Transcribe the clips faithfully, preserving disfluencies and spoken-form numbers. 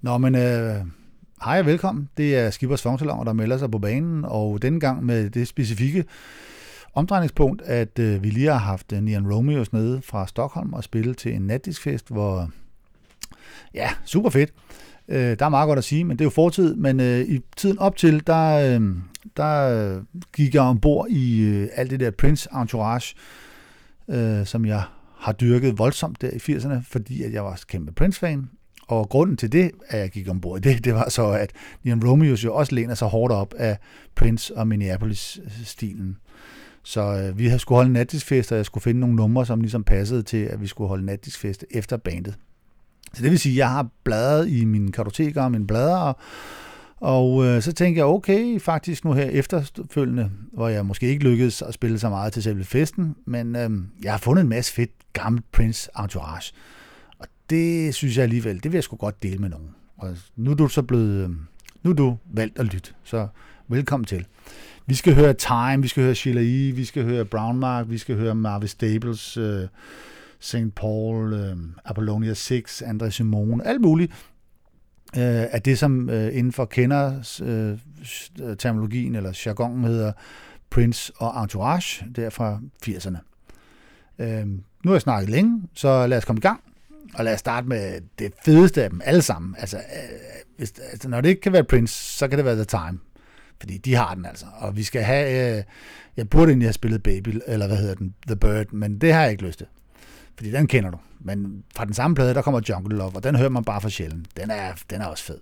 Nå, men øh, hej og velkommen. Det er Skippers Fongsalon, der melder sig på banen, og denne gang med det specifikke omdrejningspunkt, at øh, vi lige har haft Neon Romeos nede fra Stockholm og spillet til en natdiskfest, hvor, ja, super fedt. Øh, der er meget godt at sige, men det er jo fortid, men øh, i tiden op til, der, øh, der gik jeg ombord i øh, alt det der Prince entourage, øh, som jeg har dyrket voldsomt der i firserne, fordi at jeg var kæmpe Prince-fan. Og grunden til det, at jeg gik ombord i det, det var så, at Neon Romeos jo også læner sig hårdt op af Prince og Minneapolis-stilen. Så øh, vi skulle holde en natdiskfest, og jeg skulle finde nogle numre, som ligesom passede til, at vi skulle holde natdiskfest efter bandet. Så det vil sige, at jeg har bladret i mine kartoteker og mine blader, og, og øh, så tænkte jeg, okay, faktisk nu her efterfølgende, hvor jeg måske ikke lykkedes at spille så meget til selve festen, men øh, jeg har fundet en masse fedt gammelt Prince entourage. Og det synes jeg alligevel, det vil jeg sgu godt dele med nogen. Og nu er du så blevet, nu er du valgt at lytte, så velkommen til. Vi skal høre Time, vi skal høre Sheila E., vi skal høre Brown Mark, vi skal høre Marvis Staples, øh, Saint Paul, øh, Apollonia seks, André Simone, alt muligt øh, af det, som øh, inden for kender øh, terminologien eller jargonen hedder Prince og Entourage, der fra firserne. Øh, nu har jeg snakket længe, så lad os komme i gang, og lad os starte med det fedeste af dem alle sammen. Altså, øh, hvis, altså når det ikke kan være Prince, så kan det være The Time. Fordi de har den altså, og vi skal have, øh, jeg burde egentlig have spillet Baby, eller hvad hedder den, The Bird, men det har jeg ikke lyst til. Fordi den kender du. Men fra den samme plade, der kommer Jungle Love, og den hører man bare for sjældent. Den er, den er også fed.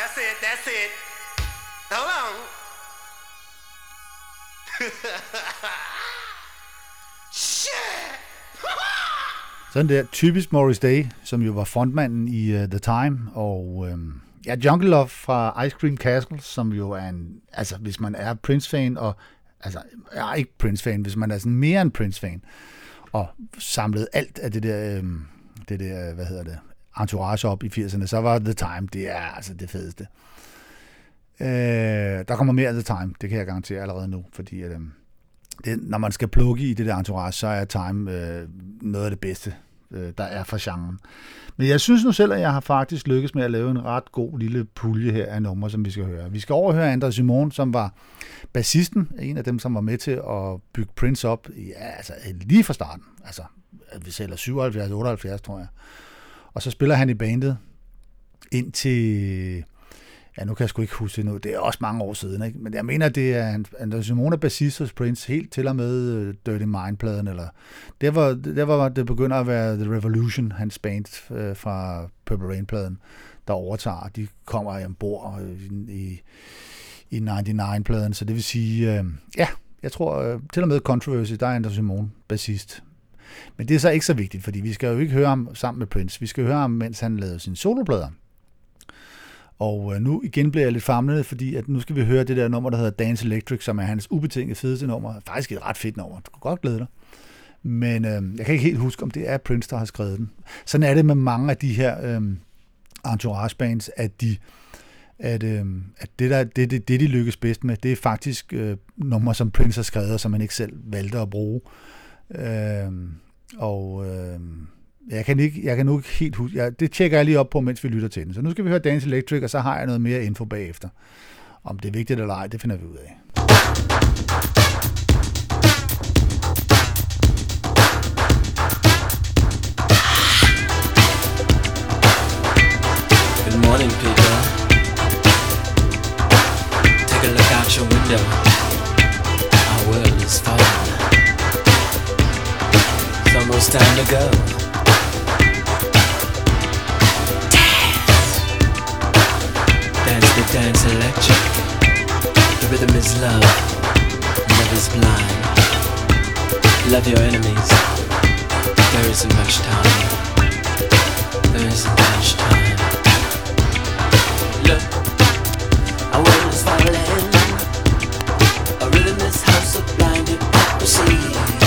That's it, that's it. Hold on. Shit! Sådan der, typisk Morris Day, som jo var frontmanden i uh, The Time, og øhm, ja, Jungle Love fra Ice Cream Castle, som jo er en, altså hvis man er Prince-fan, og altså, jeg er ikke Prince-fan, hvis man er sådan mere en Prince-fan, og samlede alt af det der, øhm, det der, hvad hedder det, entourage op i firserne, så var The Time, det er altså det fedeste. Øh, der kommer mere af The Time, det kan jeg garantere allerede nu, fordi at, øhm, det, når man skal plukke i det der entourage, så er Time øh, noget af det bedste, øh, der er fra genren. Men jeg synes nu selv, at jeg har faktisk lykkes med at lave en ret god lille pulje her af numre, som vi skal høre. Vi skal overhøre André Simon, som var bassisten, en af dem, som var med til at bygge Prince op, ja, altså lige fra starten. Altså, vi sælger syvoghalvfjerds otteoghalvfjerds, tror jeg. Og så spiller han i bandet indtil... Ja, nu kan jeg sgu ikke huske det nu. Det er også mange år siden, ikke? Men jeg mener, det er André Simon er bassist hos Prince, helt til og med uh, Dirty Mind-pladen, eller... Der var, der var det begynder at være The Revolution, hans band uh, fra Purple Rain-pladen, der overtager. De kommer ombord uh, i, i nioghalvfems-pladen, så det vil sige... Uh, ja, jeg tror, uh, til og med Controversy, der er André Simon bassist. Men det er så ikke så vigtigt, fordi vi skal jo ikke høre ham sammen med Prince. Vi skal høre ham, mens han lavede sine soloplader. Og nu igen bliver jeg lidt famlende, fordi at nu skal vi høre det der nummer, der hedder Dance Electric, som er hans ubetinget fedeste nummer. Faktisk et ret fedt nummer. Du kan godt glæde dig. Men øh, jeg kan ikke helt huske, om det er Prince, der har skrevet den. Sådan er det med mange af de her øh, entourage bands, at, de, at, øh, at det, der, det, det, det, de lykkes bedst med, det er faktisk øh, numre, som Prince har skrevet, som han ikke selv valgte at bruge. Øh, og... Øh, Jeg kan, ikke, jeg kan nu ikke helt huske. Ja, det tjekker jeg lige op på, mens vi lytter til den. Så nu skal vi høre Dance Electric, og så har jeg noget mere info bagefter. Om det er vigtigt eller ej, det finder vi ud af. Good morning, people. Take a look out your window. Our world is falling. It's almost time to go. Dance the dance electric. The rhythm is love. Love is blind. Love your enemies. There isn't much time. There isn't much time. Look, our world is falling. A rhythm is house of blind hypocrisy.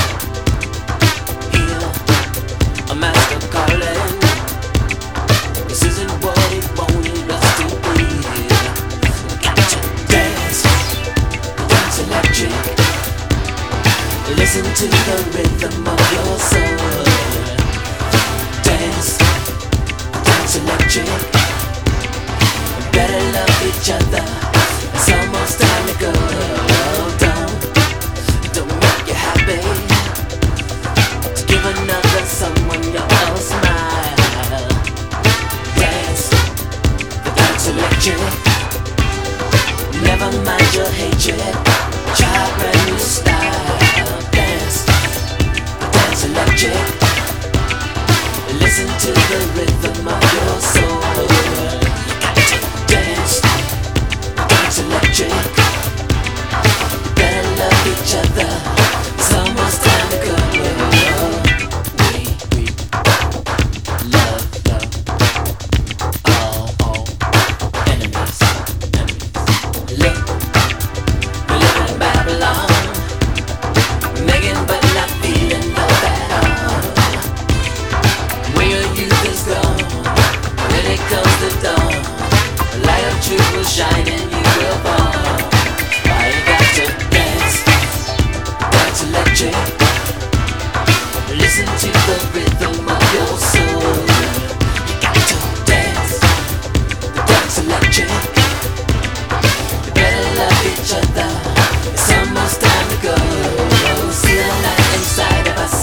Hear a master calling. This isn't what he wanted us to be. Got to dance, dance electric. Listen to the rhythm of your soul. Dance, dance electric. Better love each other. It's almost time to go. Don't, don't make you happy. To give another someone your smile. Dance, the dance electric. Never mind your hatred. Try a brand new style. Dance, the dance electric. Listen to the rhythm of your soul. Dance, dance electric. Better love each other. It's almost time to go. We, we love, love all, all enemies, enemies. Look, we live in Babylon, making but not feeling love at all. Where your youth is gone, when it comes to dawn. The light of truth will shine and you will fall. Why you got to dance, dance electric. Listen to the rhythm of your soul. You got to dance, the dance electric. You better love each other. It's almost time to go. See the light inside of us.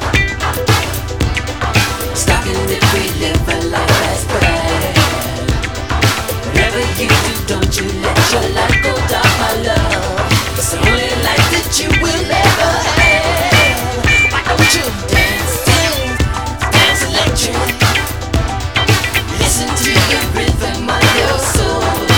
Stopping if we live a life that's bad. Whatever you do, don't you let your light go dark, my love. It's the only life that you will ever have. Why don't you dance, dance, dance electric. Listen to the rhythm of your soul.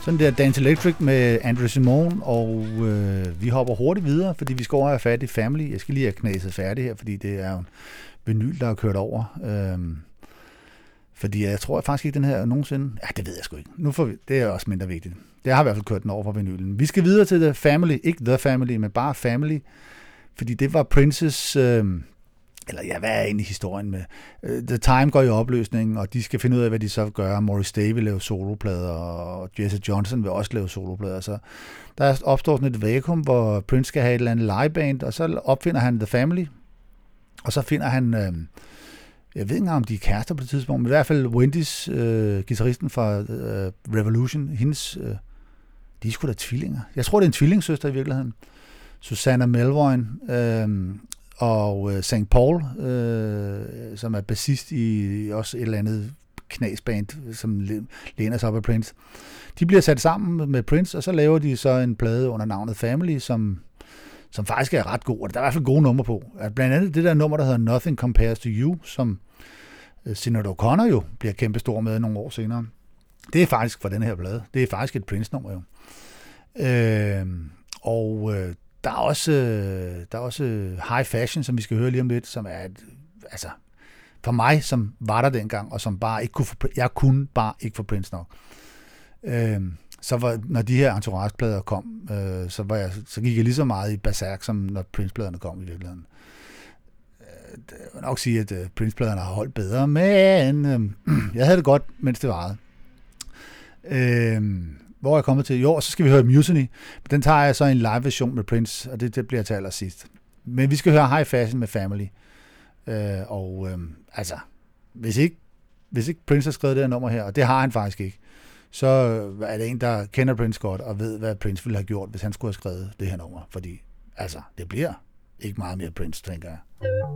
Sådan der Dance Electric med Andrew Simone, og øh, vi hopper hurtigt videre, fordi vi skal over have fat i Family. Jeg skal lige have knæset færdig her, fordi det er jo en vinyl, der er kørt over. Øhm, fordi jeg tror faktisk ikke, den her nogensinde... Ja, det ved jeg sgu ikke. Nu får vi, det er også mindre vigtigt. Det har i hvert fald kørt den over fra vinylen. Vi skal videre til The Family. Ikke The Family, men bare Family. Fordi det var Princes... Øh, eller ja, hvad er egentlig historien med? Uh, The Time går i opløsning, og de skal finde ud af, hvad de så gør. Morris Day vil lave soloplader, og Jesse Johnson vil også lave soloplader. Så der opstår sådan et vakuum, hvor Prince skal have et eller andet liveband, og så opfinder han The Family. Og så finder han, øh, jeg ved ikke om de er kærester på det tidspunkt, men i hvert fald Wendy's, øh, guitaristen fra øh, Revolution, hendes, øh, de er sgu da tvillinger. Jeg tror, det er en tvillingssøster i virkeligheden. Susanna Melvoin, øh, og øh, Saint Paul, øh, som er bassist i også et eller andet knasband, som læner sig op af Prince. De bliver sat sammen med Prince, og så laver de så en plade under navnet Family, som, som faktisk er ret god, og der er i hvert fald gode numre på. Blandt andet det der nummer, der hedder Nothing Compares to You, som øh, Sinéad O'Connor jo bliver kæmpestor med nogle år senere. Det er faktisk fra den her plade. Det er faktisk et Prince-nummer jo. Øh, og øh, Der er også, der er også High Fashion, som vi skal høre lige om lidt, som er et, altså for mig, som var der dengang, og som bare ikke kunne få, jeg kunne bare ikke få Prince nok. Øh, så var, når de her Entourage-plader kom, øh, så, var jeg, så gik jeg lige så meget i berserk, som når Prince-pladerne kom i virkeligheden. Øh, jeg vil nok sige, at uh, Prince-pladerne har holdt bedre, men øh, jeg havde det godt, mens det varede. Øh, Hvor er jeg kommet til? Jo, og så skal vi høre Mutiny. Den tager jeg så i en live-version med Prince, og det, det bliver til allersidst. Men vi skal høre High Fashion med Family. Øh, og øh, altså, hvis ikke, hvis ikke Prince har skrevet det her nummer her, og det har han faktisk ikke, så er det en, der kender Prince godt, og ved, hvad Prince ville have gjort, hvis han skulle have skrevet det her nummer. Fordi, altså, det bliver ikke meget mere Prince, tænker jeg.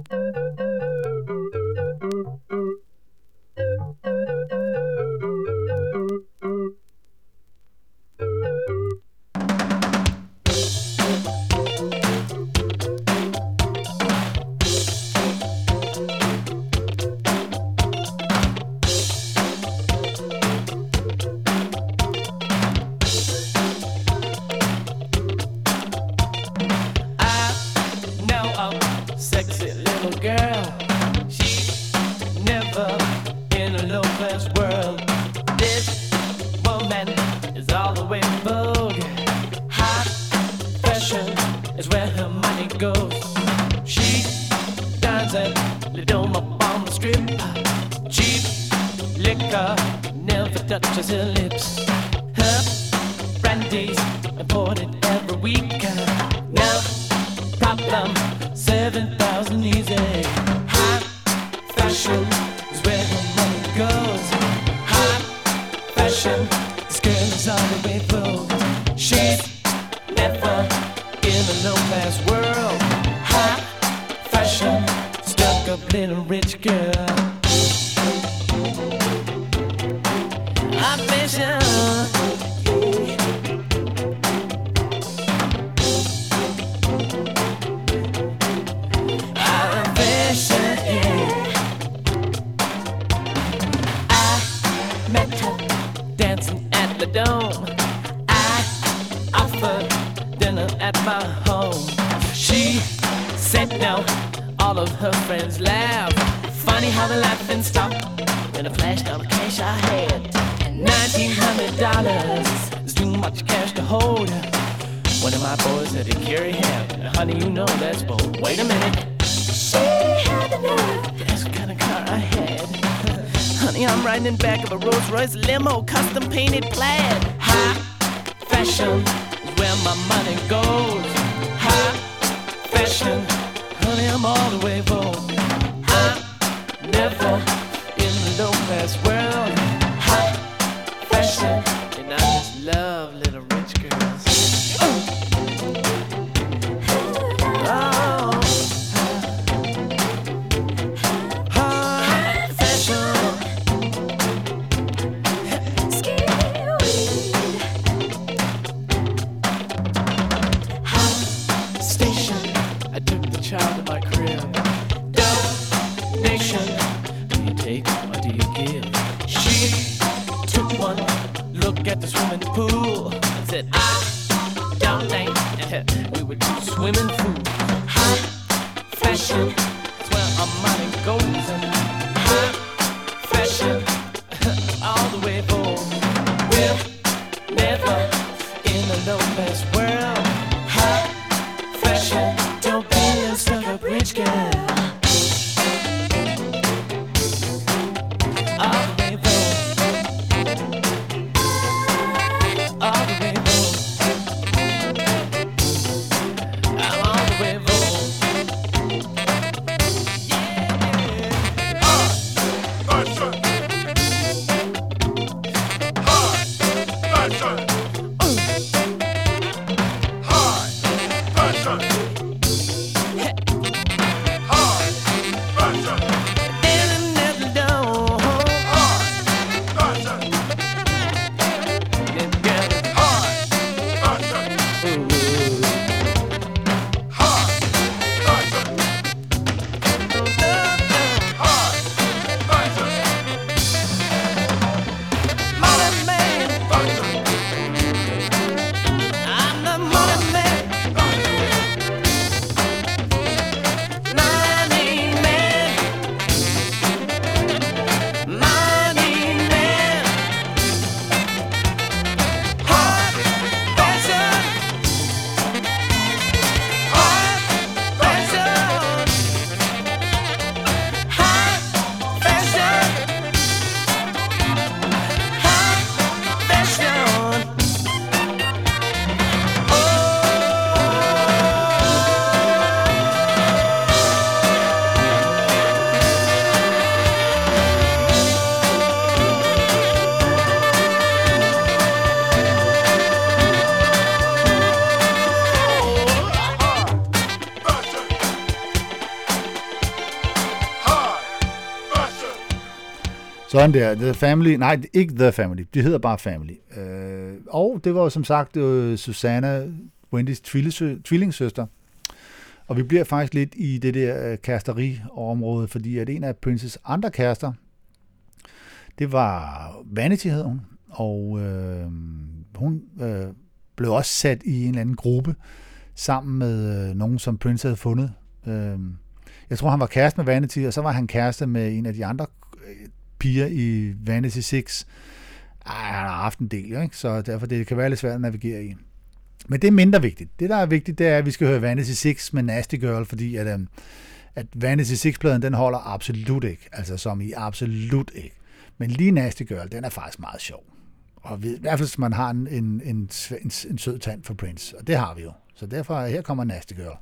Limo, custom painted plaid. High fashion is where my money goes. High fashion, honey, I'm all the way for. I'm never in the low class world. High fashion, and I just love little rich girls. Oh. At the swimming pool. Sådan der, The Family, nej, ikke The Family, det hedder bare Family. Øh, og det var jo som sagt øh, Susanna, Wendys tvillingssøster. Og vi bliver faktisk lidt i det der kæresteri-område, fordi at en af Princes andre kærester, det var Vanity, hed hun, og øh, hun øh, blev også sat i en eller anden gruppe, sammen med øh, nogen, som Prince havde fundet. Øh, jeg tror, han var kæreste med Vanity, og så var han kæreste med en af de andre piger i Vanity seks. Ej, han har haft en del, ikke? Så derfor det kan være lidt svært at navigere i. Men det er mindre vigtigt. Det, der er vigtigt, det er, at vi skal høre Vanity seks med Nasty Girl, fordi at, um, at Vanity seks-pladen, den holder absolut ikke. Altså som i absolut ikke. Men lige Nasty Girl, den er faktisk meget sjov. Og i hvert fald, hvis man har en, en, en, en, en sød tand for Prince. Og det har vi jo. Så derfor, her kommer Nasty Girl.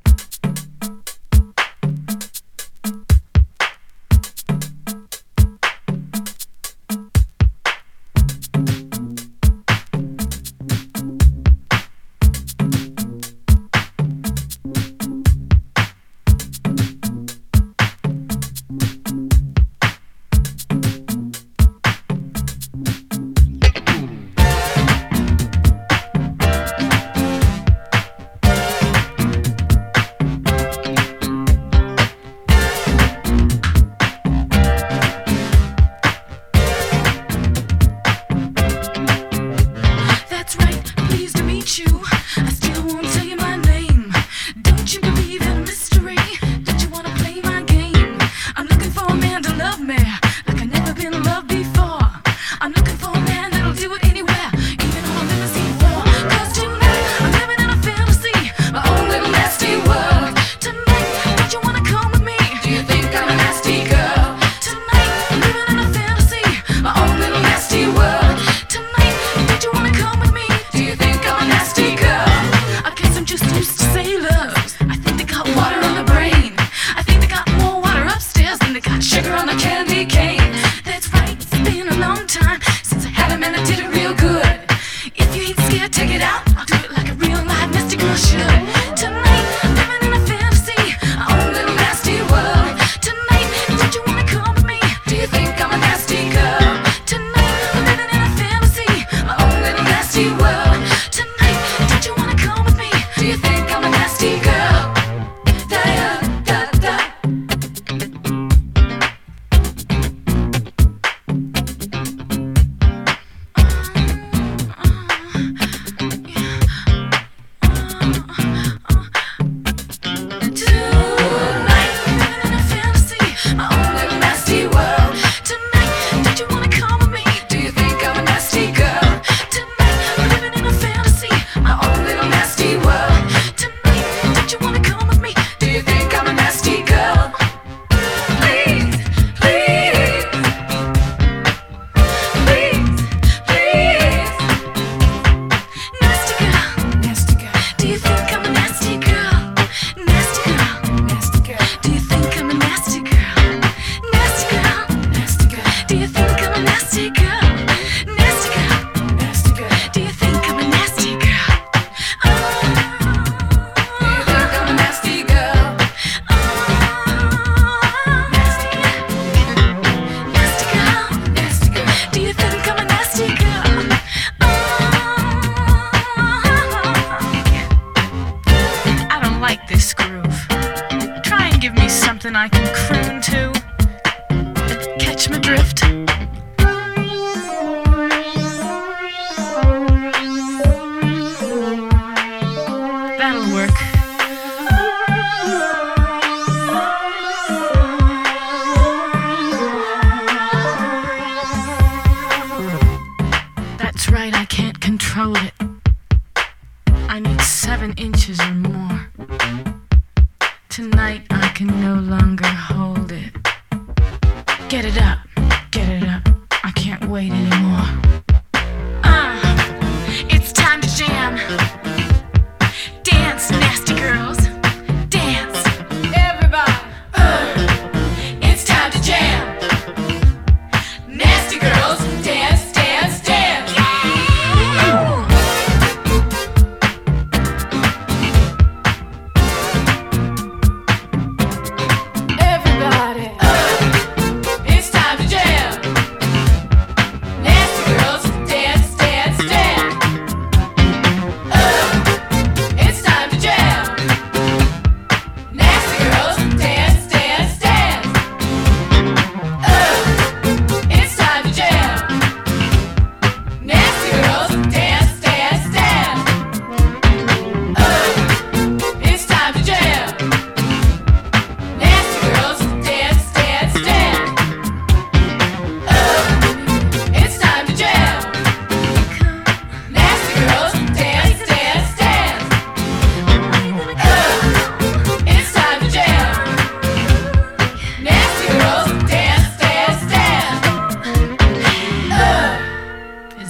Everybody, uh, it's time to jam.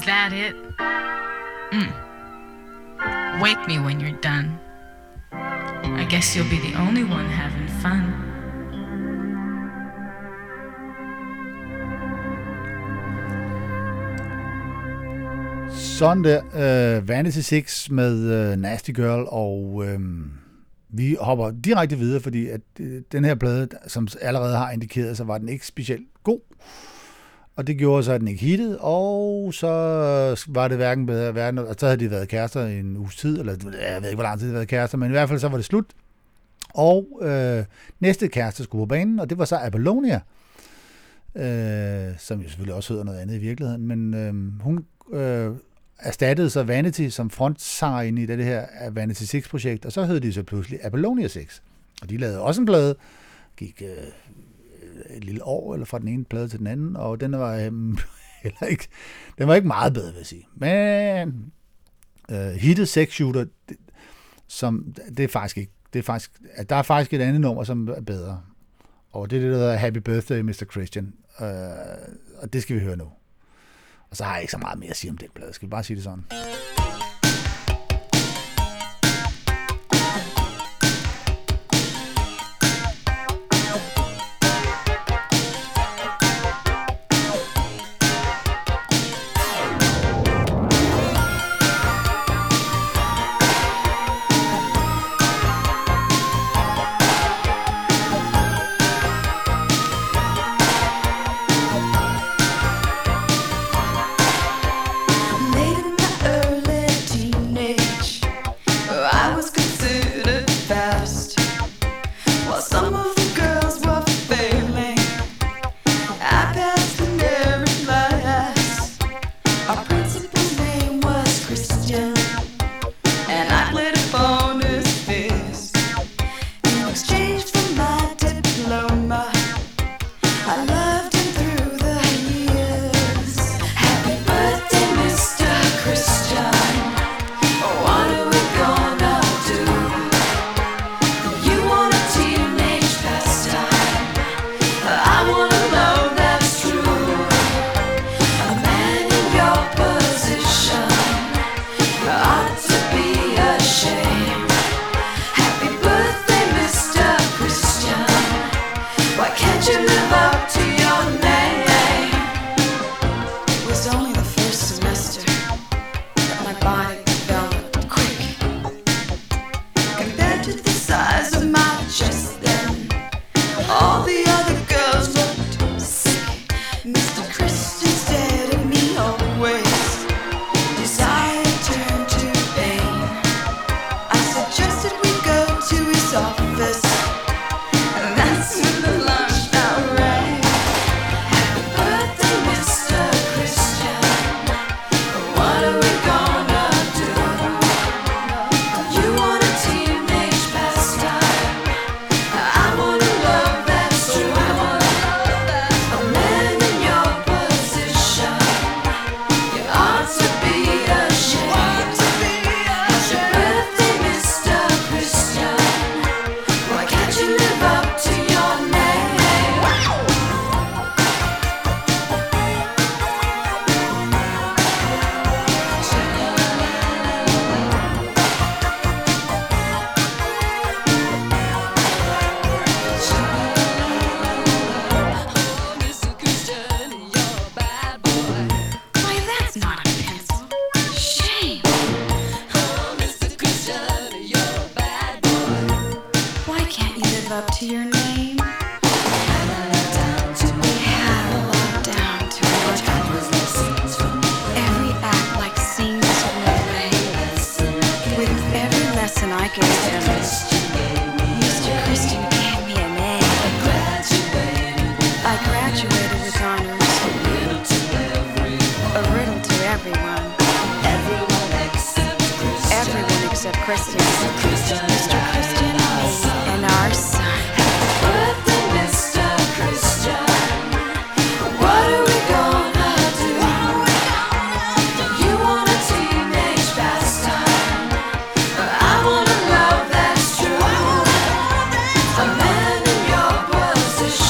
that it? Mm. Wake me when you're done. I guess you'll be the only one having fun. Sådan der, uh, Vanity Six med uh, Nasty Girl, og uh, vi hopper direkte videre, fordi at uh, den her plade, som allerede har indikeret, så var den ikke specielt god. Og det gjorde så, at den ikke hittede, og så var det hverken bedre, hverken, og så havde de været kærester i en uges tid, eller jeg ved ikke, hvor lang tid de havde været kærester, men i hvert fald så var det slut. Og øh, næste kæreste skulle på banen, og det var så Apollonia, øh, som jo selvfølgelig også hedder noget andet i virkeligheden, men øh, hun øh, erstattede så Vanity som frontsangerinde i det her Vanity Six-projekt, og så hed de så pludselig Apollonia Six. Og de lavede også en plade, gik øh, et lille år, eller fra den ene plade til den anden, og den var øh, heller ikke, den var ikke meget bedre, vil jeg sige. Men øh, hittet Sex Shooter, det, som, det er faktisk ikke, det er faktisk, der er faktisk et andet nummer, som er bedre. Og det er det, der hedder Happy Birthday, mister Christian. Øh, og det skal vi høre nu. Og så har jeg ikke så meget mere at sige om den plade. Skal vi bare sige det sådan?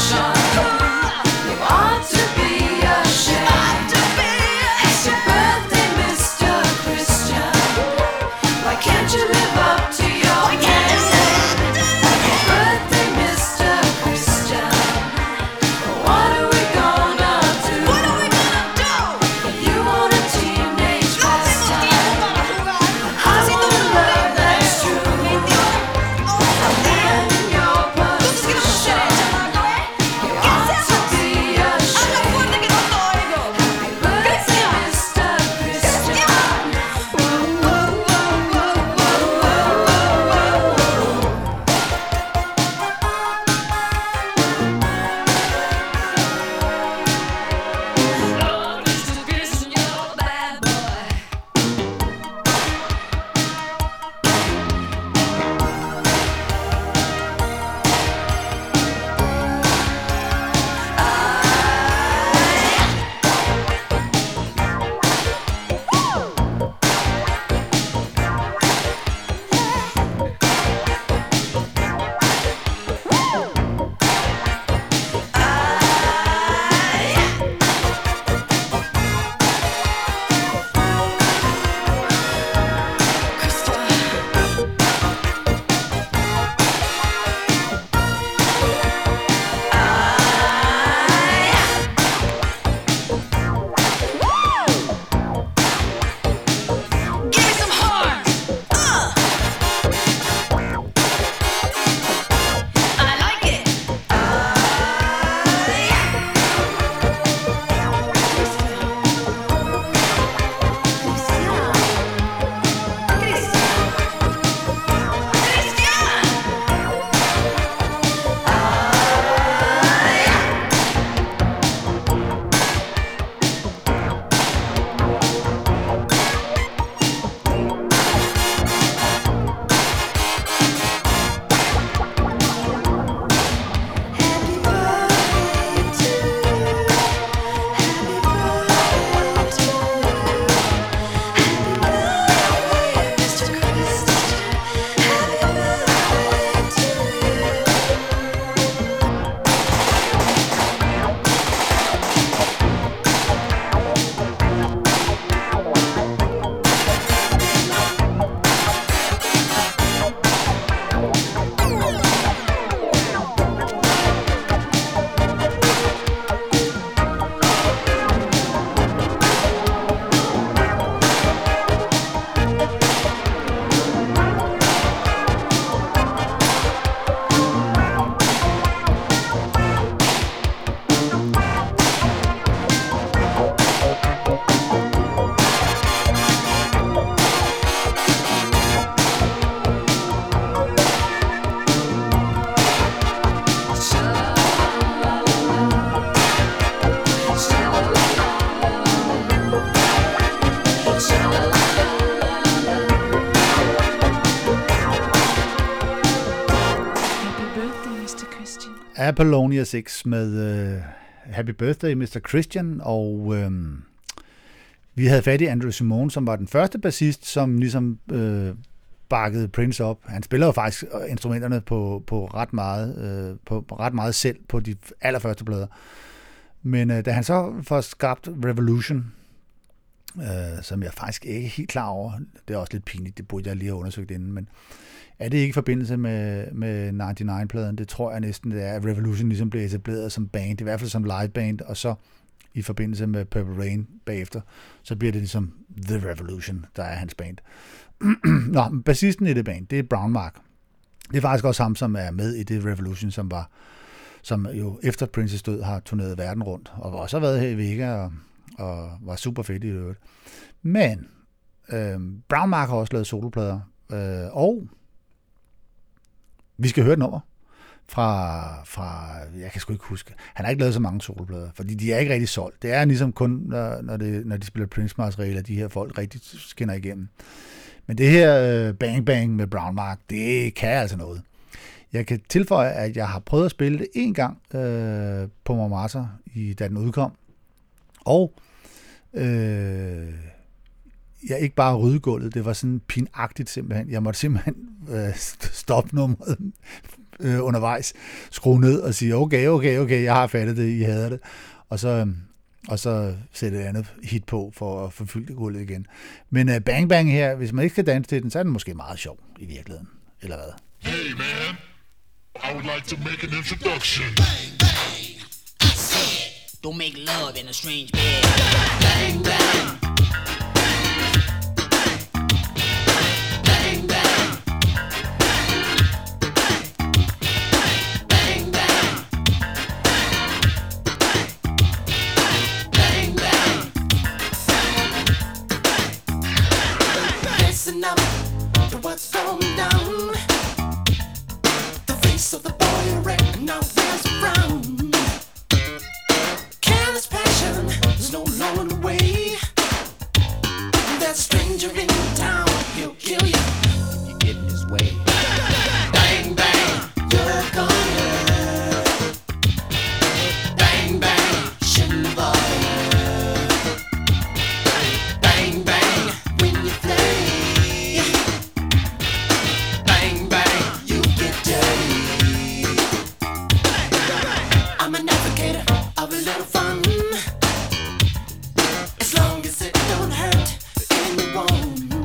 Birthday. Apollonia seks med uh, Happy Birthday, mister Christian, og um, vi havde fat i Andrew Simone, som var den første bassist, som ligesom uh, bakkede Prince op. Han spiller jo faktisk instrumenterne på, på, ret meget, uh, på, på ret meget selv på de allerførste plader. Men uh, da han så får skabt Revolution, uh, som jeg faktisk ikke er helt klar over, det er også lidt pinligt, det burde jeg lige have undersøgt inden, men er det ikke i forbindelse med, med nioghalvfems-pladen? Det tror jeg næsten, det er, at Revolution ligesom blev etableret som band, i hvert fald som liveband, og så i forbindelse med Purple Rain bagefter, så bliver det ligesom The Revolution, der er hans band. Nå, bassisten i det band, det er Brown Mark. Det er faktisk også ham, som er med i The Revolution, som var, som jo efter Princes død har turneret verden rundt, og også har været her i Vega, og, og var super fedt i øvrigt. Men øh, Brown Mark har også lavet soloplader, øh, og vi skal høre et nummer fra, fra, jeg kan sgu ikke huske, han har ikke lavet så mange soloplader, fordi de er ikke rigtig solgt. Det er ligesom kun, når, når, det, når de spiller Prince-materiale, at de her folk rigtig skinner igennem. Men det her uh, Bang Bang med Brown Mark, det kan altså noget. Jeg kan tilføje, at jeg har prøvet at spille det en gang uh, på Montmartre, i, da den udkom, og øh, jeg ikke bare rydegulvet, det var sådan pinagtigt simpelthen. Jeg måtte simpelthen øh, stoppe nummeret øh, undervejs, skrue ned og sige, okay, okay, okay, jeg har fattet det, I hader det. Og så, og så sætte et andet hit på for at forfylde gulvet igen. Men uh, Bang Bang her, hvis man ikke skal danse til den, så er den måske meget sjov i virkeligheden. Eller hvad? Hey man, I would like to make an introduction. Bang, bang, I said, don't make love in a strange bed. Bang, bang. Up to what's going down. The face of the boy red now wears a frown. Careless passion, there's no lowering away. That stranger in town, he'll kill you if you get in his way. Bang bang, you're gonna. Bang bang, shouldn't bother. Bang bang, when you play. I'm a navigator of a little fun, as long as it don't hurt anyone.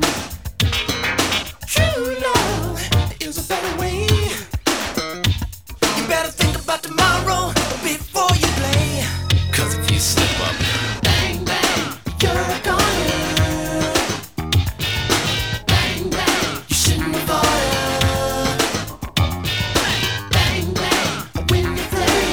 True love is a better way. You better think about tomorrow before you play. Cause if you slip up, bang bang, you're gonna. Bang bang, you shouldn't have ordered. Bang bang, when you play.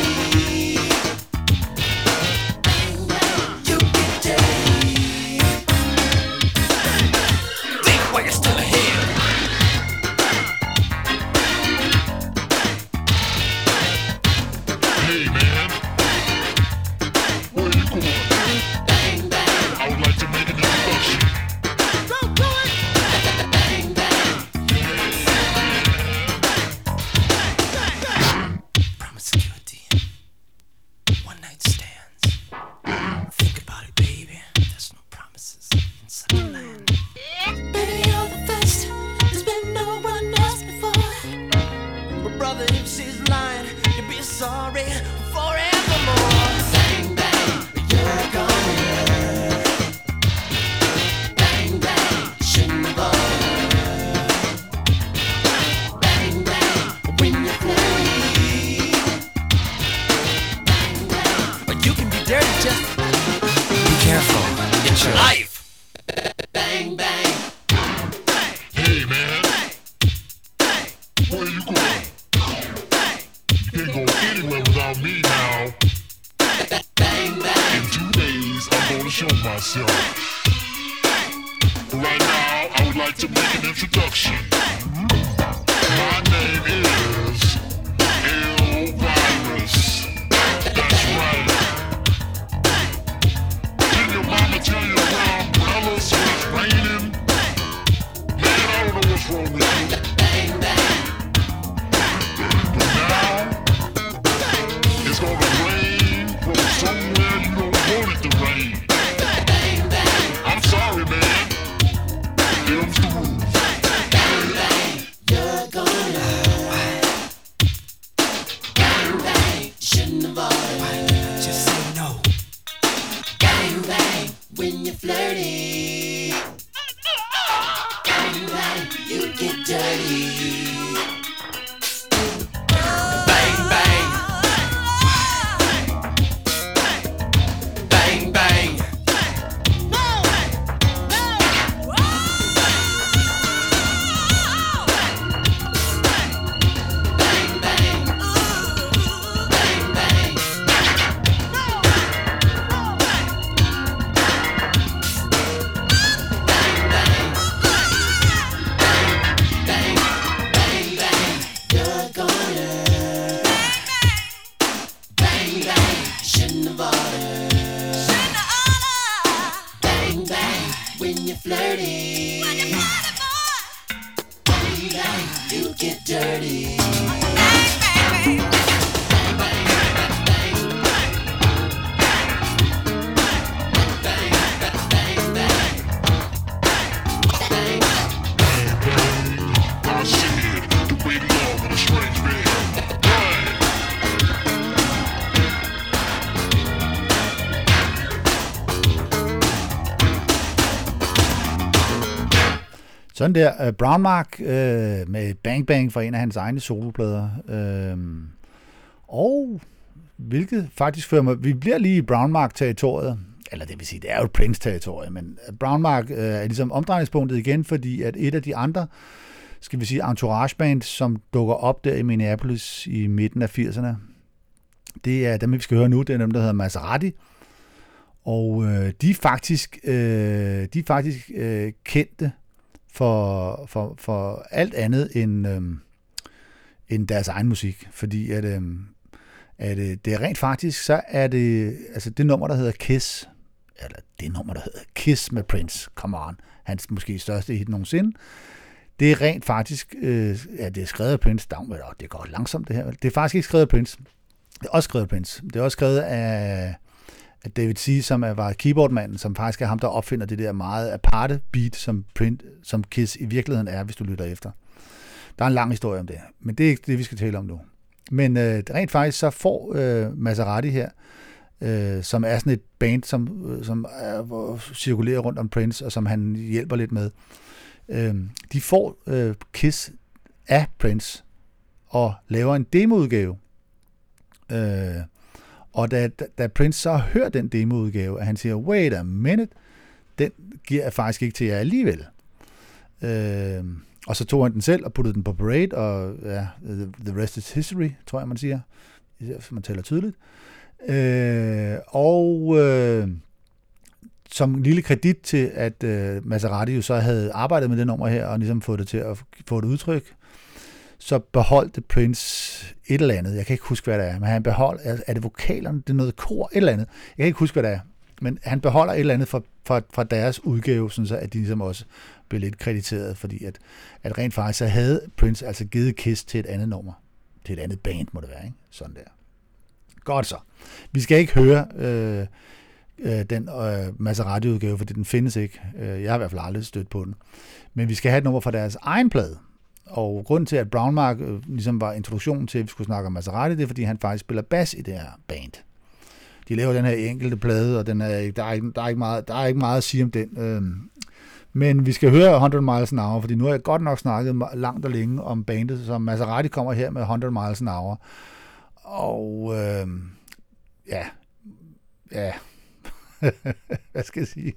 flirty. Bang, bang, you get dirty. Bang, bang. Bang, bang. Flirty. When you're flirty, boy. Bang, bang, you get dirty. Bang, bang, bang. Bang, bang, bang, bang. Bang, bang, bang. Bang. I see it, the way love in a strange bed. Sådan der, uh, Brown Mark uh, med Bang Bang fra en af hans egne soloplader. Uh, og hvilket faktisk fører mig, vi bliver lige i Brown Mark-territoriet, eller det vil sige, det er jo et Prince-territorie, men Brown Mark uh, er ligesom omdrejningspunktet igen, fordi at et af de andre, skal vi sige, entourage-bands, som dukker op der i Minneapolis i midten af firserne, det er dem, vi skal høre nu, det er dem, der hedder Maserati. Og øh, de er faktisk, øh, de er faktisk øh, kendte for, for, for alt andet end, øh, end deres egen musik. Fordi at, øh, at øh, det er rent faktisk, så er det altså det nummer, der hedder Kiss, eller det nummer, der hedder Kiss med Prince, come on, hans måske største hit nogensinde. Det er rent faktisk, øh, ja, det er skrevet af Prince, det går langsomt det her, det er faktisk ikke skrevet af Prince, det er også skrevet af Prince, det er også skrevet af at David C., som er, var keyboardmanden, som faktisk er ham, der opfinder det der meget aparte beat, som, print, som Kiss i virkeligheden er, hvis du lytter efter. Der er en lang historie om det, men det er ikke det, vi skal tale om nu. Men øh, rent faktisk så får øh, Maserati her, øh, som er sådan et band, som, øh, som er, cirkulerer rundt om Prince, og som han hjælper lidt med, øh, de får øh, Kiss af Prince, og laver en demoudgave. Øh, Og da, da Prince så hører den demoudgave, at han siger, wait a minute, den giver jeg faktisk ikke til jer alligevel. Øh, og så tog han den selv og puttede den på Parade, og ja, the rest is history, tror jeg, man siger, hvis man taler tydeligt. Øh, og øh, som lille kredit til, at øh, Maserati jo så havde arbejdet med det nummer her, og ligesom fået det til at få et udtryk, så beholdte Prince et eller andet. Jeg kan ikke huske, hvad det er, men han beholder, er det vokalerne, det er noget kor, et eller andet. Jeg kan ikke huske, hvad det er, men han beholder et eller andet fra, fra, fra deres udgave, sådan så at de ligesom også blev lidt krediteret, fordi at, at rent faktisk så havde Prince altså givet Kiss til et andet nummer. Til et andet band, må det være, ikke? Sådan der. Godt så. Vi skal ikke høre øh, øh, den øh, Maserati-udgave, fordi den findes ikke. Jeg har i hvert fald aldrig stødt på den. Men vi skal have et nummer fra deres egen plade. Og grunden til, at Brown Mark øh, ligesom var introduktionen til, at vi skulle snakke om Maserati, det er, fordi han faktisk spiller bas i det her band. De laver den her enkelte plade, og den er, der, er ikke, der, er ikke meget, der er ikke meget at sige om den. Øh, men vi skal høre hundrede miles an hour, fordi nu har jeg godt nok snakket langt og længe om bandet, så Maserati kommer her med hundrede miles an hour. Og øh, ja, ja, hvad skal jeg sige?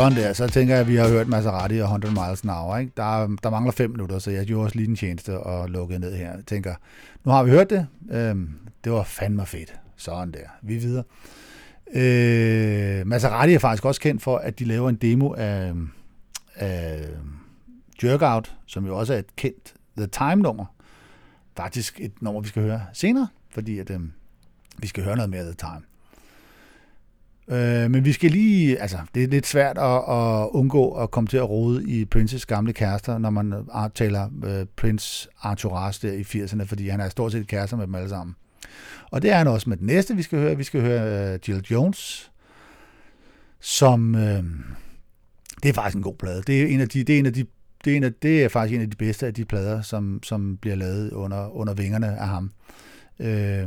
Sådan der, så tænker jeg, at vi har hørt Maserati og hundrede miles an hour, ikke? Der, der mangler fem minutter, så jeg gjorde også lige en tjeneste og lukkede ned her. Jeg tænker, nu har vi hørt det. Øhm, det var fandme fedt. Sådan der. Vi er videre. Øh, Maserati er faktisk også kendt for, at de laver en demo af, af Jerk Out, som jo også er et kendt The Time-nummer. Faktisk et nummer, vi skal høre senere, fordi at, øhm, vi skal høre noget mere af The Time. Øh, men vi skal lige, altså det er lidt svært at, at undgå at komme til at rode i Princes gamle kærester, når man taler uh, Prince Arthur der i firserne, fordi han er stort set kærester med dem alle sammen. Og det er han også med den næste, vi skal høre. Vi skal høre uh, Jill Jones, som, uh, det er faktisk en god plade. Det er en af de, det er en af de, det er, en af, det er faktisk en af de bedste af de plader, som, som bliver lavet under, under vingerne af ham. Øh,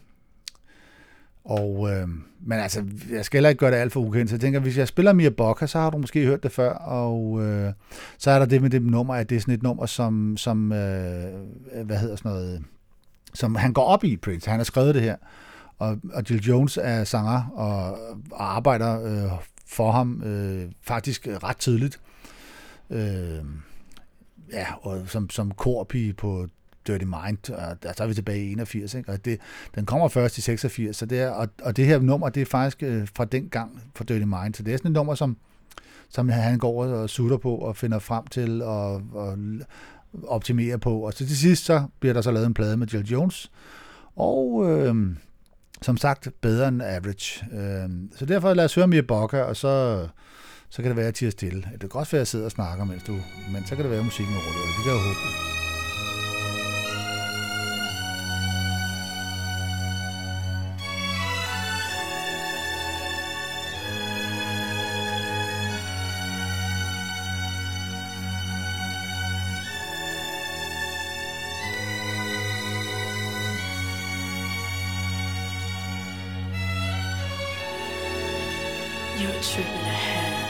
Og, øh, men altså, jeg skal heller ikke gøre det alt for ukendt, så jeg tænker, hvis jeg spiller Mia Bocca, så har du måske hørt det før, og øh, så er der det med det nummer, at det er sådan et nummer, som, som øh, hvad hedder sådan noget, som han går op i, Prince. Han har skrevet det her, og, og Jill Jones er sanger og, og arbejder øh, for ham øh, faktisk ret tidligt. Øh, ja, og som, som korpige på Dirty Mind, og der er vi tilbage i enogfirs, ikke? Og det, den kommer først i seksogfirs, så det er, og, og det her nummer, det er faktisk øh, fra den gang for Dirty Mind, så det er sådan et nummer, som, som han går og sutter på og finder frem til og, og optimerer på, og så til sidst så bliver der så lavet en plade med Jill Jones, og øh, som sagt bedre end average. Øh, så derfor lad os høre Mia Bocca, og så, så kan det være, at jeg tiger stille. Det kan også være, at jeg sidder og snakker, mens du, men så kan det være, at musikken er rolig, det kan jeg håbe. You're a trip and a half.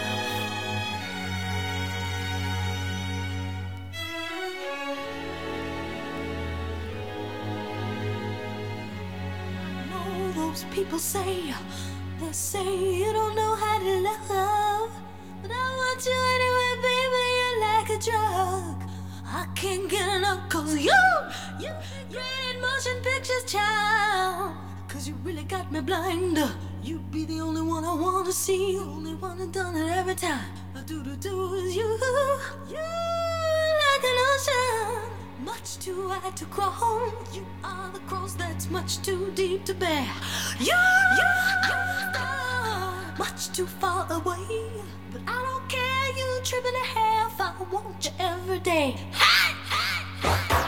I know those people say, they say you don't know how to love, but I want you anyway, baby, you're like a drug. I can't get enough cause you, you, you're in motion pictures, child. Cause you really got me blind. You be the only one I wanna see, only one that done it every time. I do do do is you, you like an ocean, much too wide to cross. You are the cross that's much too deep to bear. You, you, you star, much too far away, but I don't care. You trip and a half, I want you every day. Hey, hey, hey.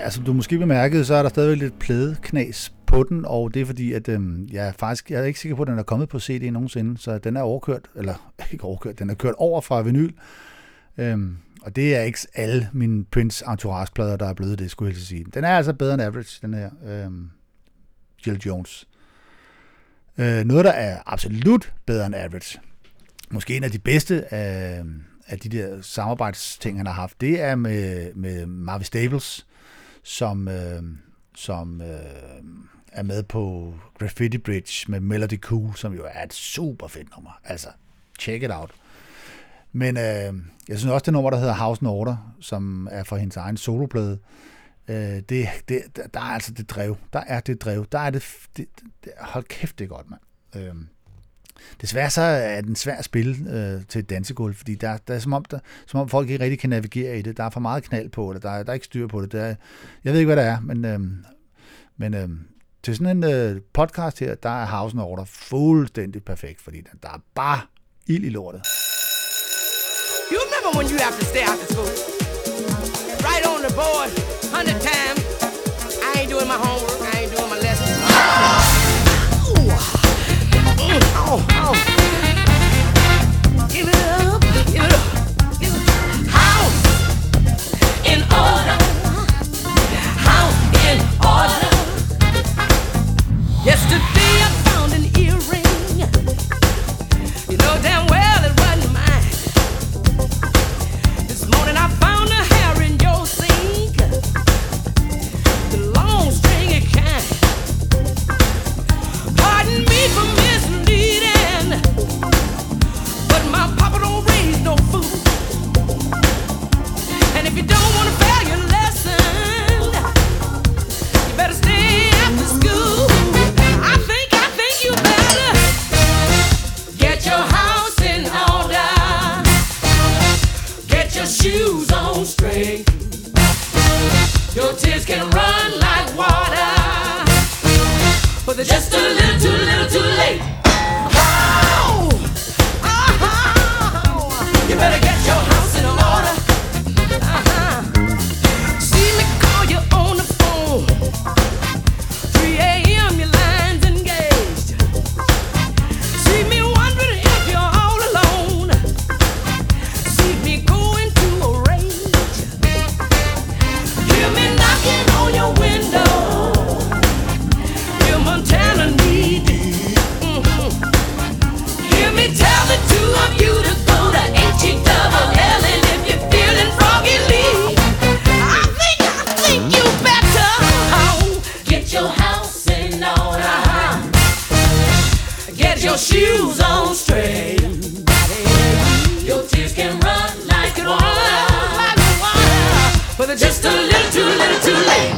ja, som du måske bemærkede, så er der stadigvæk lidt pladeknas på den, og det er fordi, at øhm, jeg er faktisk jeg er ikke sikker på, at den er kommet på C D nogensinde, så den er overkørt, eller ikke overkørt, den er kørt over fra vinyl. Øhm, og det er ikke alle mine Prince Entourage-plader, der er blevet det, skulle jeg sige. Den er altså bedre end Average, den her øhm, Jill Jones. Øh, noget, der er absolut bedre end Average, måske en af de bedste af, af de der samarbejdsting, han har haft, det er med, med Marvin Staples, som, øh, som øh, er med på Graffiti Bridge med Melody Cool, som jo er et super fedt nummer. Altså, check it out. Men øh, jeg synes også, det nummer, der hedder House and Order, som er fra hendes egen soloplade, øh, det, det, der er altså det drev. Der er det drev. Der er det, det, det hold kæft, det er godt, mand. Øh, desværre så er den svær at spille øh, til et dansegulv, fordi der, der er som om, der, som om folk ikke rigtig kan navigere i det. Der er for meget knald på det. Der er, der er ikke styr på det. Der er, jeg ved ikke, hvad det er, men, øh, men øh, til sådan en øh, podcast her, der er House and Order fuldstændig perfekt, fordi der, der er bare ild i lortet. You remember when you have to stay after school? Right on the board, hundred times. I ain't doing my homework, I ain't doing my lessons. Oh, oh, oh. Give it up, give it up, give it up. House in order, house in order. Yesterday I found an earring. You know damn well it wasn't mine. This morning I found a hair in your sink, the long stringy kind. Pardon me for misleading, but my papa don't raise no fool. And if you don't want to fail your lesson, you better stay after school. I think, I think you better get your house in order, get your shoes on straight. Your tears can run like water, but they're just a little too little too late. Oh, oh, you better get your house in order. Uh-huh. See me call you on the phone, three a.m. your line's engaged. See me wondering if you're all alone. See me going to a rage. Hear me knocking on your window. Hear Montana need you. Mhm. Hear me tell the two of you to go to H E double L, and if you're feeling froggy, leave. I think, I think you better oh, get your house in order. Get your shoes on straight. Your tears can run like water, like water, but they're just a little too little too late.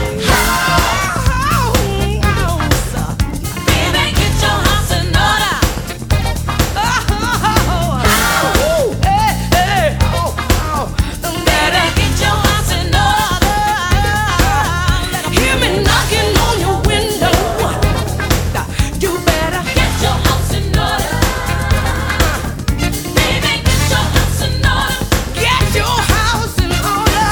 Oh, oh, so, baby, get your house in order. Oh, oh, oh, hey, hey, oh, oh, better get your house in order. Hear me knocking on your window. You better get your house in order. Baby, get your house in order. Get your house in order.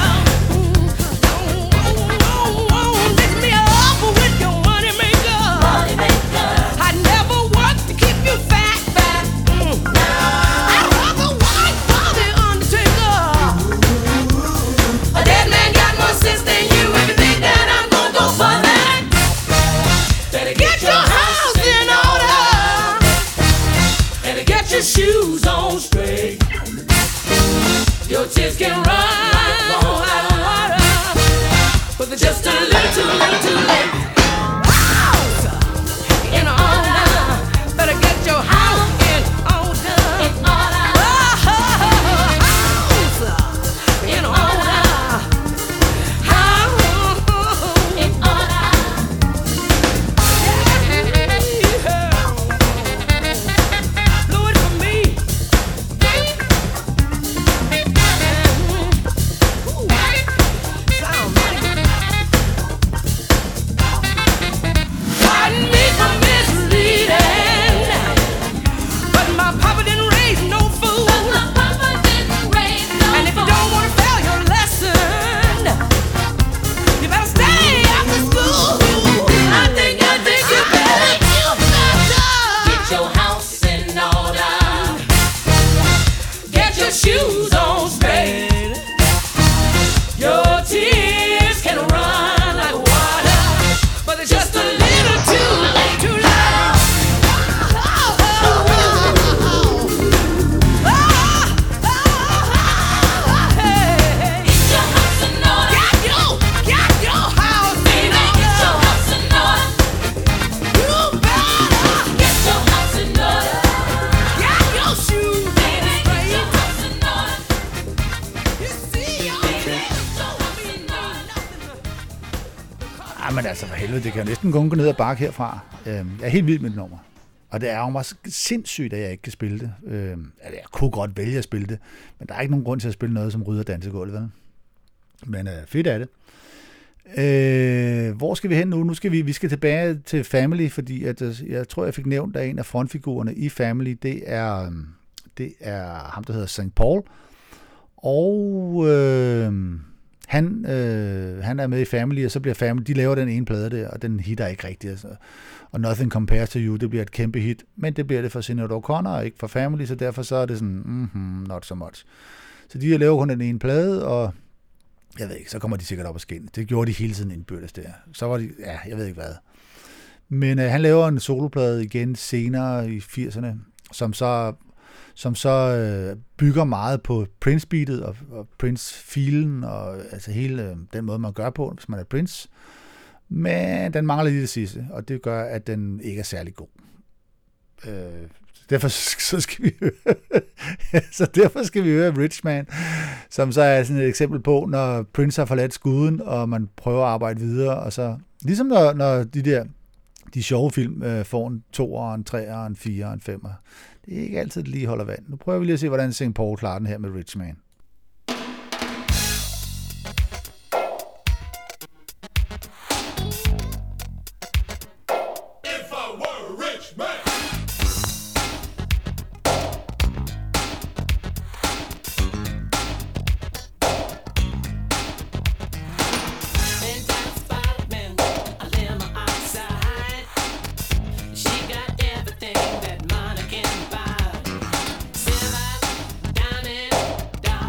Oh, oh, oh, lift me up with your money maker. Money maker. I never worked to keep you fat, fat. Mm. I'd rather work for the undertaker. A dead man got more sense than you. If you think that I'm gonna go for that, better get your house in order. Better get your shoes on straight. Your tears can run like water, but they're just a little too little too late. House in order. Better get your house in order. In order. House in order. House in order. Do it for me. shoes on straight. Your tears can run like water, but they're just a little too late, too late. Men altså for helvede, det kan næsten kun gå ned ad bakke herfra. Jeg er helt vild med det nummer. Og det er jo mig sindssygt, at jeg ikke kan spille det. Jeg kunne godt vælge at spille det, men der er ikke nogen grund til at spille noget som rydder dansegulvet, vel? Men øh, fedt er det. Øh, hvor skal vi hen nu? Nu skal vi, vi skal tilbage til Family, fordi at, jeg tror, jeg fik nævnt, at en af frontfigurerne i Family, det er, det er ham, der hedder Saint Paul. Og øh, han, øh, han er med i Family, og så bliver Family, de laver den ene plade der, og den hitter ikke rigtigt. Altså. Og Nothing Compares to You, det bliver et kæmpe hit, men det bliver det for Sinéad O'Connor, og ikke for Family, så derfor så er det sådan, mm-hmm, not so much. Så de laver kun den ene plade, og jeg ved ikke, så kommer de sikkert op og skinne. Det gjorde de hele tiden indbyrdes der. Så var de, ja, jeg ved ikke hvad. Men øh, han laver en soloplade igen senere i firserne, som så, som så øh, bygger meget på Prince-beatet og, og Prince-filen, og altså hele øh, den måde, man gør på, hvis man er Prince. Men den mangler lige det sidste, og det gør, at den ikke er særlig god. Øh, Derfor så skal vi høre, så derfor skal vi høre Rich Man, som så er sådan et eksempel på, når Prince har forladt skuden, og man prøver at arbejde videre, og så ligesom når, når de der de sjove film øh, får en toer, en treer, en firer, en femmer. Det er ikke altid, det lige holder vand. Nu prøver vi lige at se, hvordan Saint Paul klarer den her med Rich Man. Down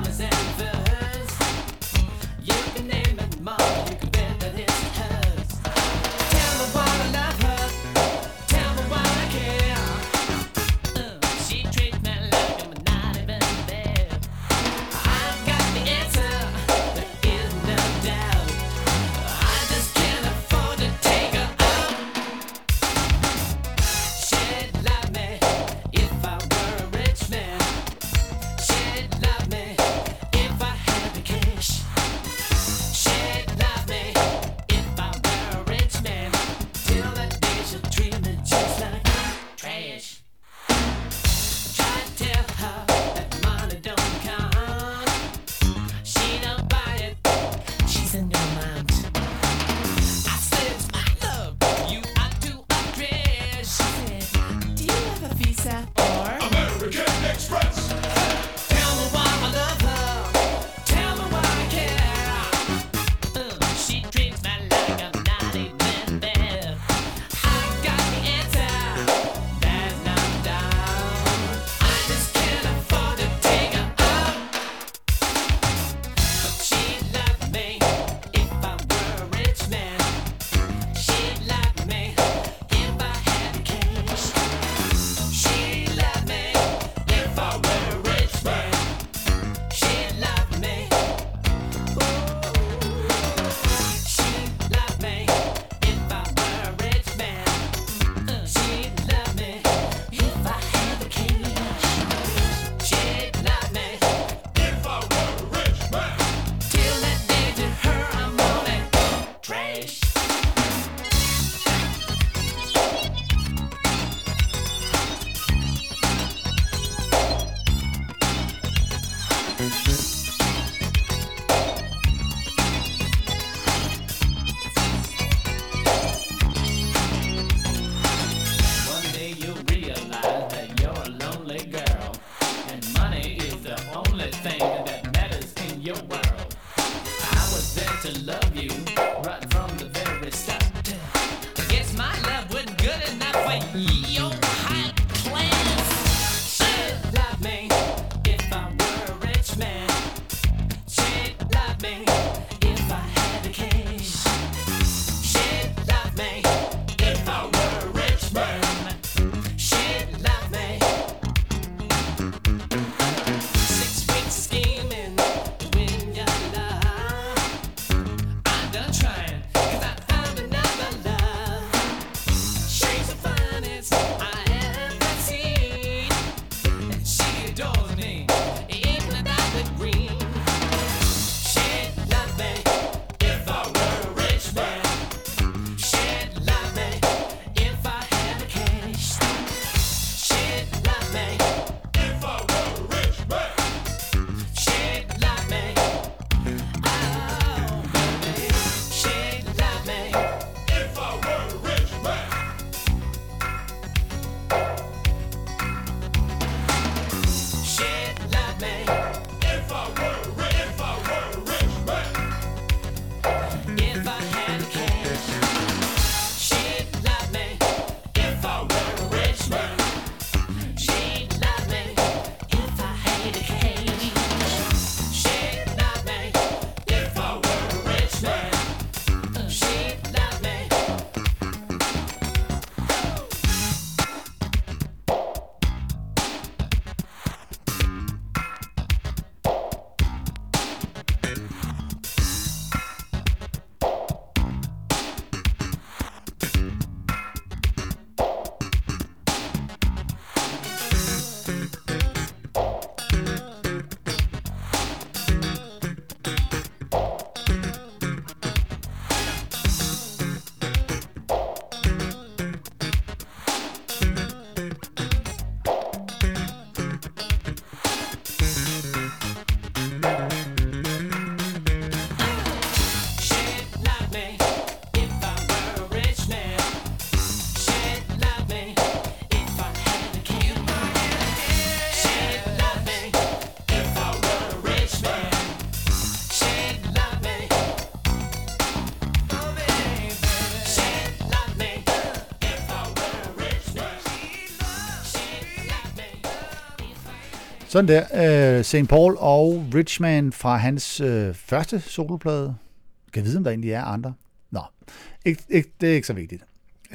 Sådan der. Uh, Saint Paul og Richman fra hans uh, første soloplade. Kan jeg vide, om der egentlig er andre? Nå, ikke, ikke, det er ikke så vigtigt. Uh,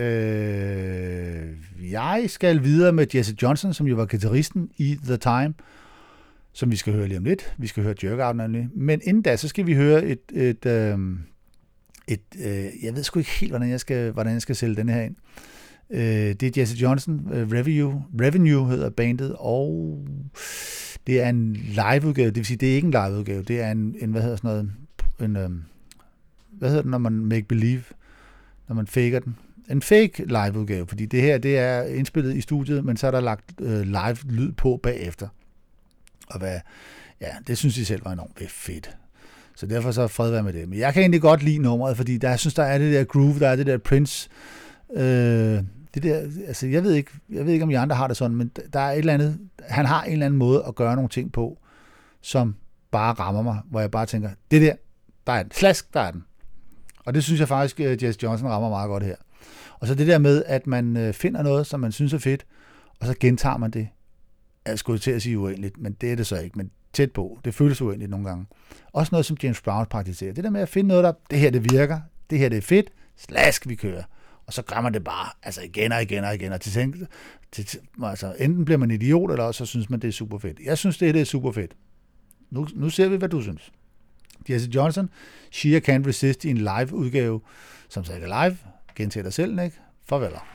jeg skal videre med Jesse Johnson, som jo var guitaristen i The Time, som vi skal høre lige om lidt. Vi skal høre Jerk Out nemlig. Men inden da, så skal vi høre et... et, uh, et uh, jeg ved sgu ikke helt, hvordan jeg skal, hvordan jeg skal sælge den her ind. Uh, det er Jesse Johnson, uh, Revenue, Revenue hedder bandet, og det er en liveudgave. Det vil sige, det er ikke en liveudgave. Det er en, en hvad hedder sådan noget... En, um, hvad hedder det, når man make believe? Når man faker den? En fake liveudgave, fordi det her, det er indspillet i studiet, men så er der lagt øh, live lyd på bagefter. Og hvad, ja, det synes de selv var enormt fedt. Så derfor så fred være med det. Men jeg kan egentlig godt lide nummeret, fordi der, jeg synes, der er det der groove, der er det der Prince. Øh, det der, altså jeg ved ikke, jeg ved ikke, om I andre har det sådan, men der er et eller andet, han har en eller anden måde at gøre nogle ting på, som bare rammer mig, hvor jeg bare tænker, det der, der er den. Slask, der er den. Og det synes jeg faktisk, at Jesse Johnson rammer meget godt her. Og så det der med, at man finder noget, som man synes er fedt, og så gentager man det. Jeg skulle til at sige uendeligt, men det er det så ikke, men tæt på. Det føles uendeligt nogle gange. Også noget, som James Brown praktiserer. Det der med at finde noget, der, det her det virker, det her det er fedt, slask vi kører. Og så gør man det bare, altså igen og igen og igen. Og til, til, til, altså, enten bliver man idiot, eller også så synes man, det er super fedt. Jeg synes, det, det er super fedt. Nu, nu ser vi, hvad du synes. Jesse Johnson, She Can't Resist i en live-udgave, som så ikke er live. Gentag dig selv, ikke? Farveler.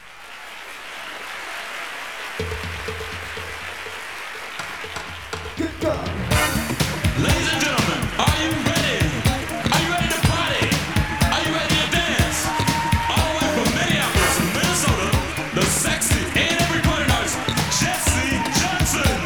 Ladies and gentlemen, are you ready? Are you ready to party? Are you ready to dance? All the way from Minneapolis, Minnesota, the sexy and every party artist, Jesse Johnson.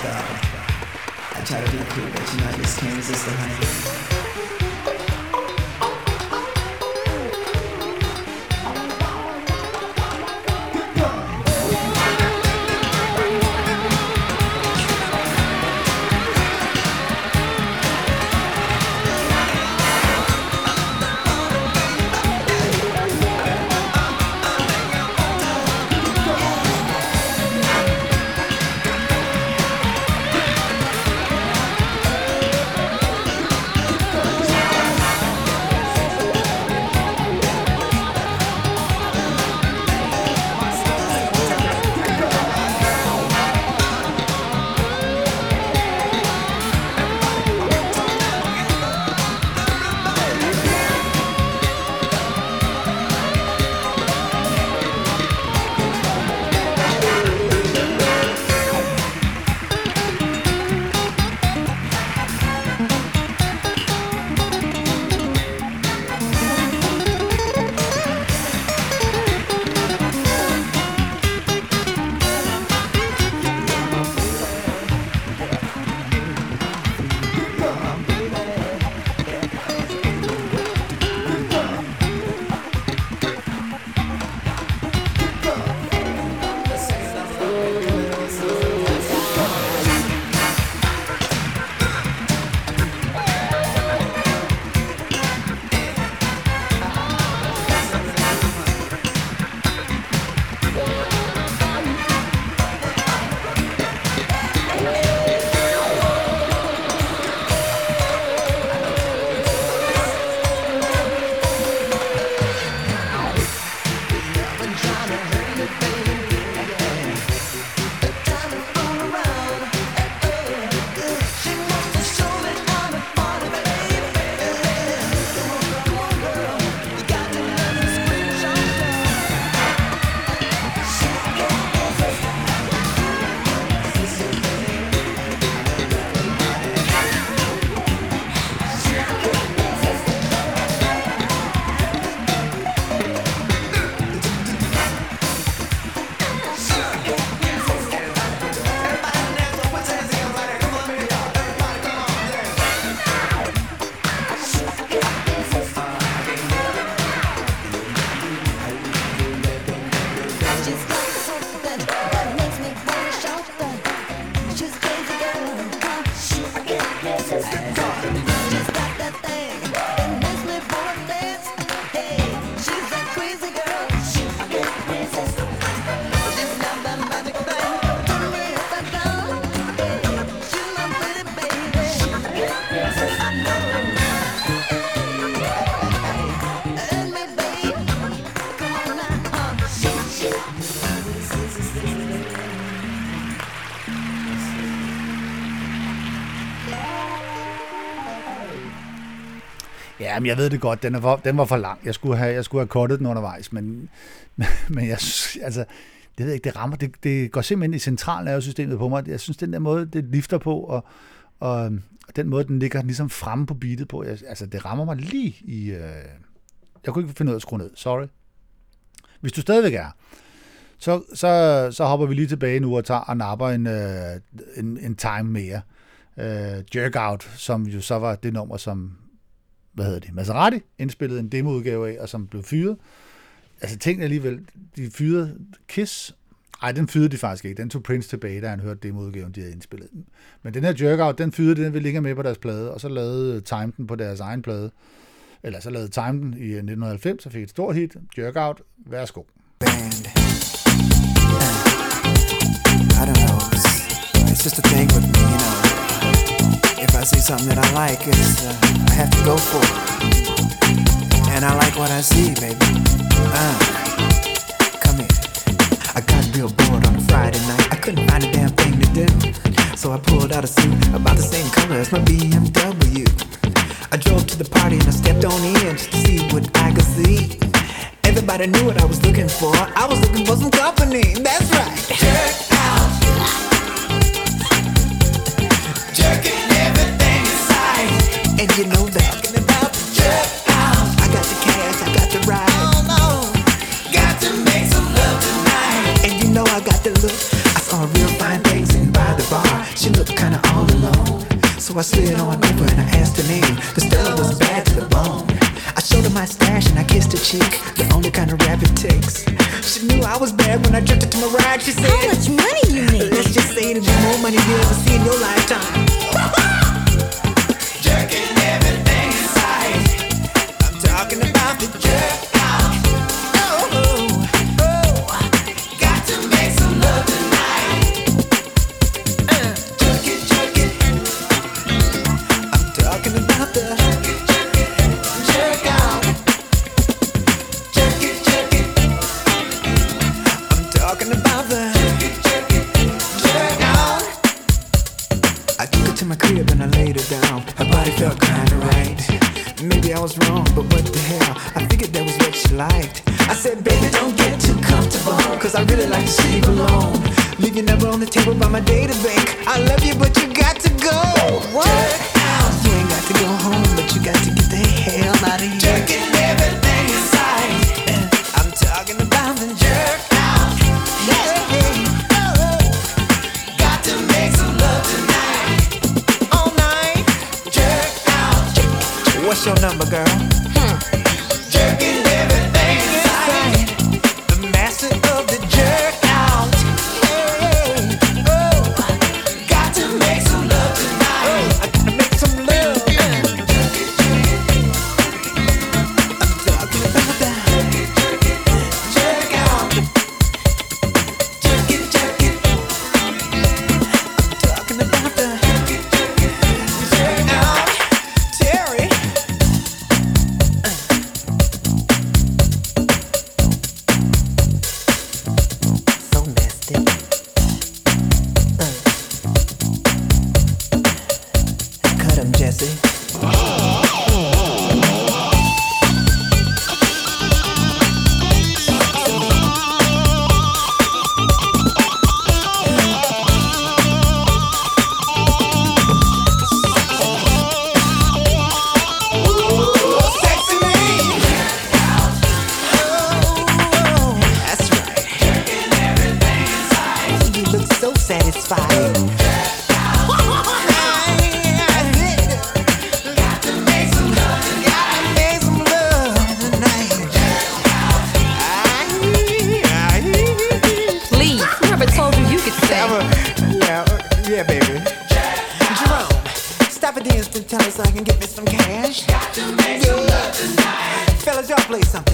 style. I try to be cool, but you know I just can't resist the honey. Ja, men jeg ved det godt, den, er for, den var for lang. Jeg skulle have, jeg skulle have cuttet den undervejs, men, men, men jeg altså, det ved jeg ikke, det rammer, det, det går simpelthen i centralnervesystemet på mig. Jeg synes, den der måde, det lifter på, og, og den måde, den ligger ligesom fremme på beatet på, jeg, altså, det rammer mig lige i... Øh, jeg kunne ikke finde ud af at skrue ned, sorry. Hvis du stadigvæk er, så, så, så hopper vi lige tilbage nu og tager og napper en, øh, en, en time mere. Øh, Jerk Out, som jo så var det nummer, som hvad hedder det, Maserati indspillede en demoudgave af, og som blev fyret. Altså tænk alligevel, de fyrede Kiss. Ej, den fyrede de faktisk ikke. Den tog Prince tilbage, da han hørte demoudgaven, de havde indspillet. Men den her Jerk Out, den fyrede, den ville ikke med på deres plade, og så lavede Time den på deres egen plade. Eller så lavede Time den i nitten halvfems, og fik et stort hit. Jerk Out, værsgo. Band. I don't know. It's, it's just a thing with me, you know. If I see something that I like, it's, uh, I have to go for it. And I like what I see, baby. Uh, come here. I got real bored on a Friday night. I couldn't find a damn thing to do. So I pulled out a suit about the same color as my B M W. I drove to the party and I stepped on in just to see what I could see. Everybody knew what I was looking for. I was looking for some company. That's right. Jerk out. Jerking everything inside. And you know that. Talking about the jerk out. I got the cash, I got the ride. Oh no. Got to make some love tonight. And you know I got the look. I saw a real fine face in by the bar. She So I slid on over and I asked her name. The Stella was bad to the bone. I showed her my stash and I kissed her cheek, the only kind of rap it takes. She knew I was bad when I tripped her to my ride. She said, how much money you make? Let's just say it'll be more money you ever see in your lifetime. Jerking everything inside. I'm talking about the jerk out. Oh, oh, oh. Got to make some love tonight. Uh, jerk it, jerk it. I'm talking about the jerk out. Jerk it, jerk it. I'm talking about the jerk out. I took her to my crib and I laid her down. Her body felt kinda right. Maybe I was wrong, but what the hell? I figured that was what she liked. I said, baby, don't get too comfortable, cause I really like to sleep alone. Leave your number on the table by my data bank. I love you, but you got to go. What? Jerk out. You ain't got to go home, but you got to get the hell out of here. Jerking everything inside. I'm talking about the jerk out. Yeah. Got to make some love tonight. All night. Jerk out. What's your number, girl? Hmm. Jerking everything inside. The master of the jerk out. Hey, oh. Got to make some love tonight. Oh, I gotta make some love. I'm talking about that jerk out. Jerk it, jerk it. I'm talking about the jerk out. Terry. So nasty. Uh. Cut him, Jesse. Sexy me. Oh, that's right. You look so satisfied. Got to make some love tonight. Please, whoever told you you could sing? Yeah, yeah, baby. Jerome, stop at the instant teller so I can get me some cash. Got to make some love tonight. Fellas, y'all play something.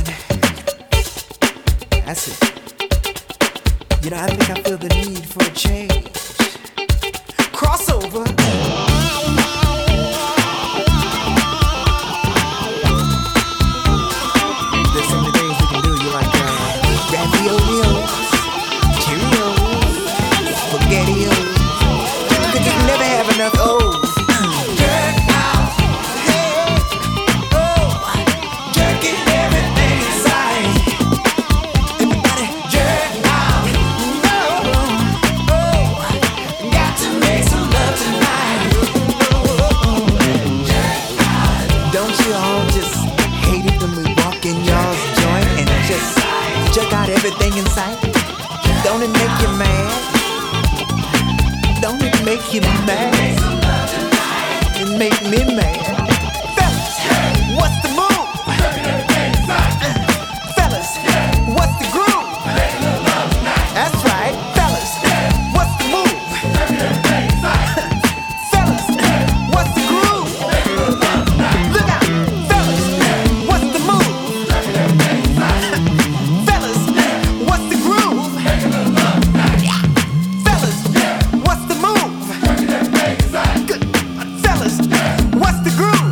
That's it. You know, I think I feel the need for a change. Crossover. There's so many things we can do. You like uh, raviolis, Cheerios, spaghettios. You could just never have enough O's. Jerk out. Hey. Oh. Jerking everything inside. Everybody jerk out. No. Oh. Got to make some love tonight. Jerk out. Don't you all just hate it when we walk in y'all's joint and just jerk out everything in sight? Don't it make you mad? Don't it make you mad? It make me mad. Fellas, what's the move? Fellas, what's the groove? That's right, fellas, what's the move? Fellas, what's the groove? Look out, fellas, what's the move? Fellas, what's the groove? Fellas, what's the move? Good. Fellas, what's the groove?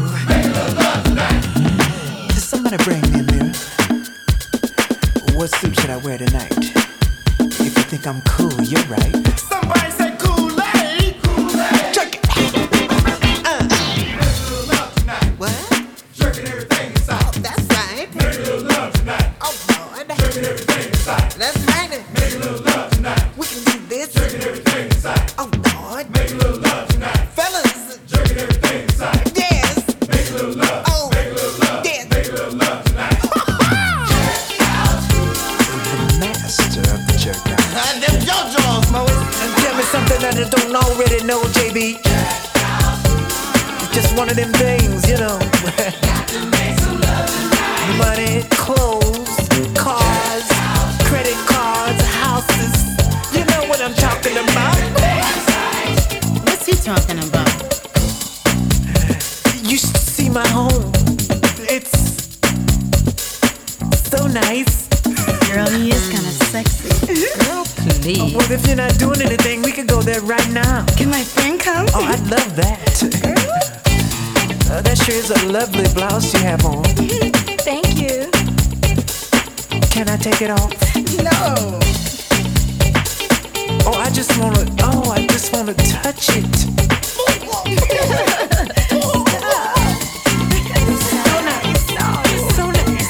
Does somebody bring me a mirror? What suit should I wear tonight? If you think I'm cool, you're right. Somebody say Kool-Aid! Kool-Aid! Jerk it! Uh. What? Jerking everything inside. Oh, that's right. Make a little love tonight. Oh, Lord. Jerking everything inside. That's right. Make a little love tonight. We can do this. Jerking everything inside. Oh, Lord. Make a little love tonight. Fellas. Jerking everything inside. Yes. Make a little love. Oh. Make a little love. Yes. Make a little love tonight. The master of the jerk out. Them JoJo's, Mo. And tell me something that I don't already know, J B. one of them things, you know. Money, clothes, cars, credit cards, houses. You know what I'm talking about. What's he talking about? You should see my home. It's so nice. Girl, he is kind of sexy. Girl, please. Well, if you're not doing anything, we could go there right now. Can my friend come? Oh, I'd love that. Uh, that sure is a lovely blouse you have on. Thank you. Can I take it off? No. Oh, I just wanna, oh, I just wanna touch it. So nice. Oh, so nice.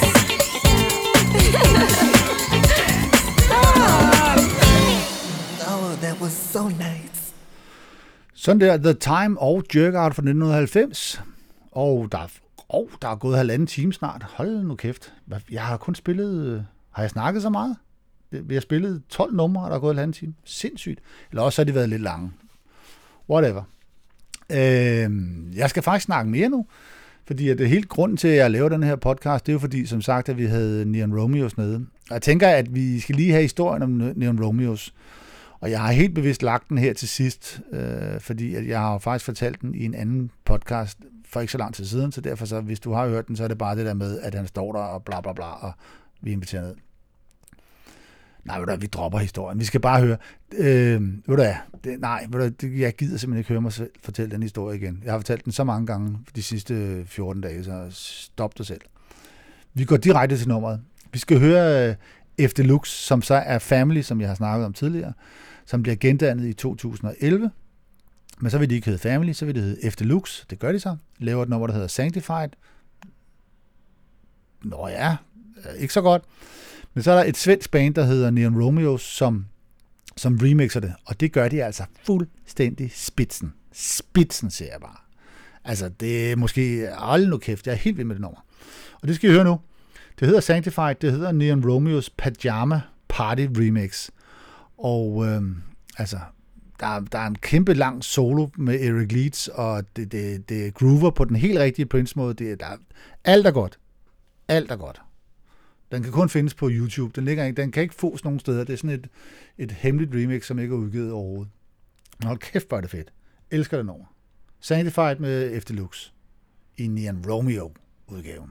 Oh, that was so nice. Sådan der, The Time og Jerkout fra nitten halvfems. Og der, oh, der er gået halvanden time snart. Hold nu kæft. Jeg har kun spillet... Har jeg snakket så meget? Vi har spillet tolv numre, og der er gået halvanden time. Sindssygt. Eller også har de været lidt lange. Whatever. Øh, jeg skal faktisk snakke mere nu. Fordi at det helt grund til, at jeg laver den her podcast, det er jo fordi, som sagt, at vi havde Neon Romeos nede. Og jeg tænker, at vi skal lige have historien om Neon Romeos. Og jeg har helt bevidst lagt den her til sidst, øh, fordi at jeg har faktisk fortalt den i en anden podcast for ikke så lang tid siden, så derfor så, hvis du har hørt den, så er det bare det der med, at han står der og bla bla bla, og vi inviterer ned. Nej, ved du, vi dropper historien. Vi skal bare høre. Øh, ved du hvad, det, nej, ved du, det, jeg gider simpelthen ikke høre mig selv fortælle den historie igen. Jeg har fortalt den så mange gange de sidste fjorten dage, så stop dig selv. Vi går direkte til nummeret. Vi skal høre øh, F Deluxe, som så er Family, som jeg har snakket om tidligere, som bliver gendannet i to tusind og elleve. Men så vil de ikke hedde Family, så vil det hedde F Deluxe. Det gør de så. Laver et nummer, der hedder Sanctified. Nå ja, ikke så godt. Men så er der et svensk band, der hedder Neon Romeos, som, som remixer det. Og det gør de altså fuldstændig spidsen. Spidsen, ser jeg bare. Altså, det er måske... Hold nu kæft, jeg er helt vild med det nummer. Og det skal I høre nu. Det hedder Sanctified, det hedder Neon Romeos Pajama Party Remix. Og øhm, altså, der, der er en kæmpe lang solo med Eric Leeds, og det, det, det groover på den helt rigtige Prince-måde. Det, der, alt er godt. Alt er godt. Den kan kun findes på YouTube. Den, ligger ikke, den kan ikke fås nogen steder. Det er sådan et, et hemmeligt remix, som ikke er udgivet overhovedet. Men hold kæft, hvor er det fedt. Elsker det nummer. Sanctified med F Deluxe i Neon Romeo-udgaven.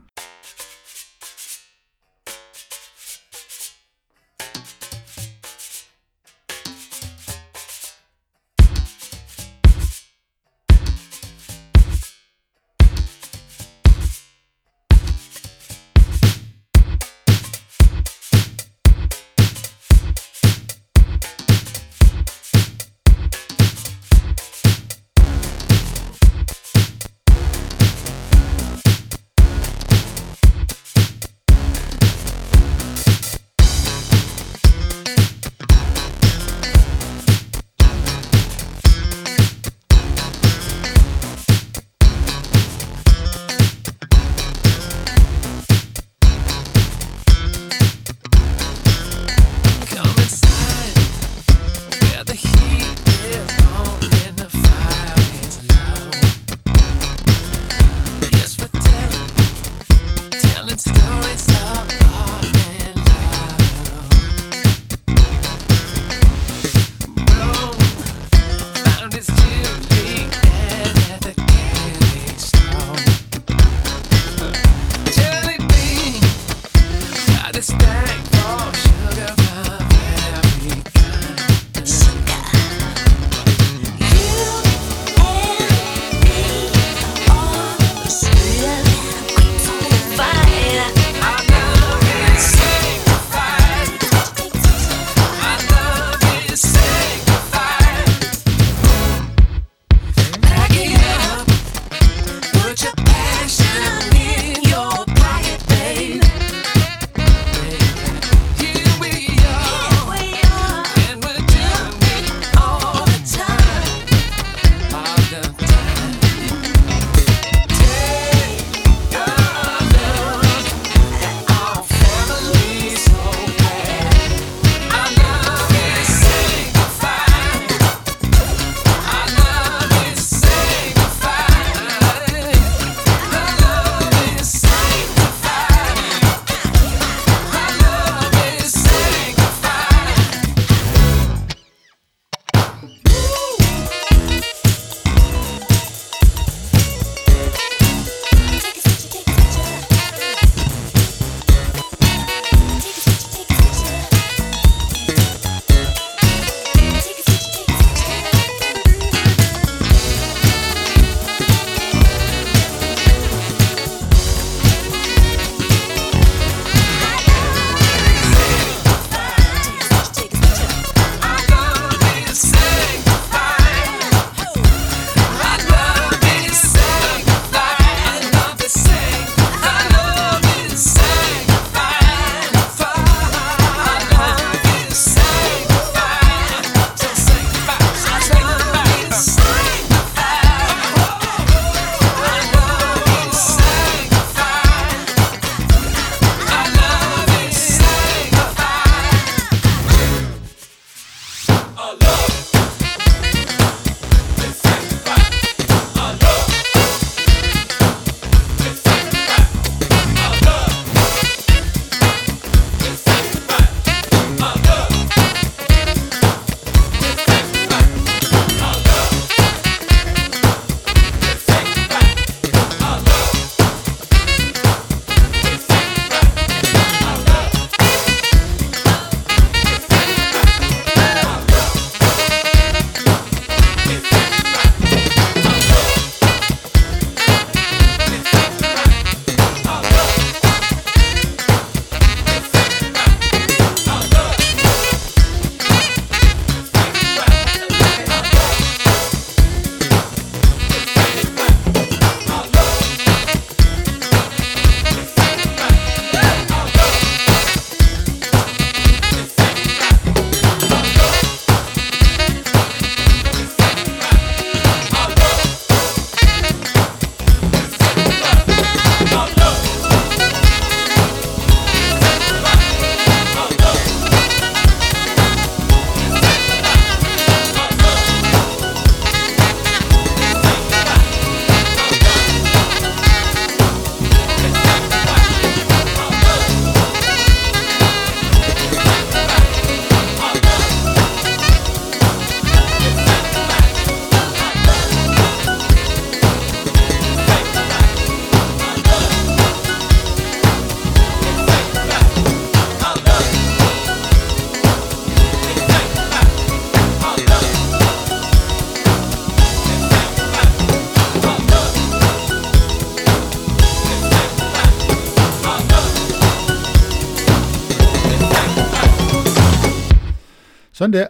Sådan der.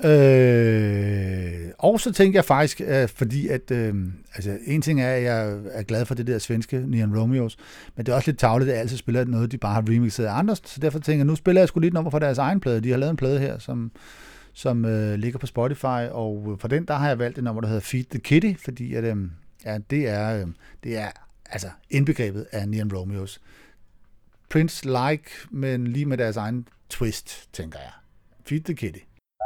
Øh, og så tænker jeg faktisk, øh, fordi at, øh, altså en ting er, at jeg er glad for det der svenske Neon Romeos, men det er også lidt tarveligt, at jeg altid spiller noget, de bare har remixet af andre, så derfor tænker jeg, nu spiller jeg sgu lige et nummer fra deres egen plade. De har lavet en plade her, som, som øh, ligger på Spotify, og for den, der har jeg valgt et nummer, der hedder Feed the Kitty, fordi at, øh, ja, det er, øh, det er altså indbegrebet af Neon Romeos. Prince-like, men lige med deres egen twist, tænker jeg. Feed the Kitty.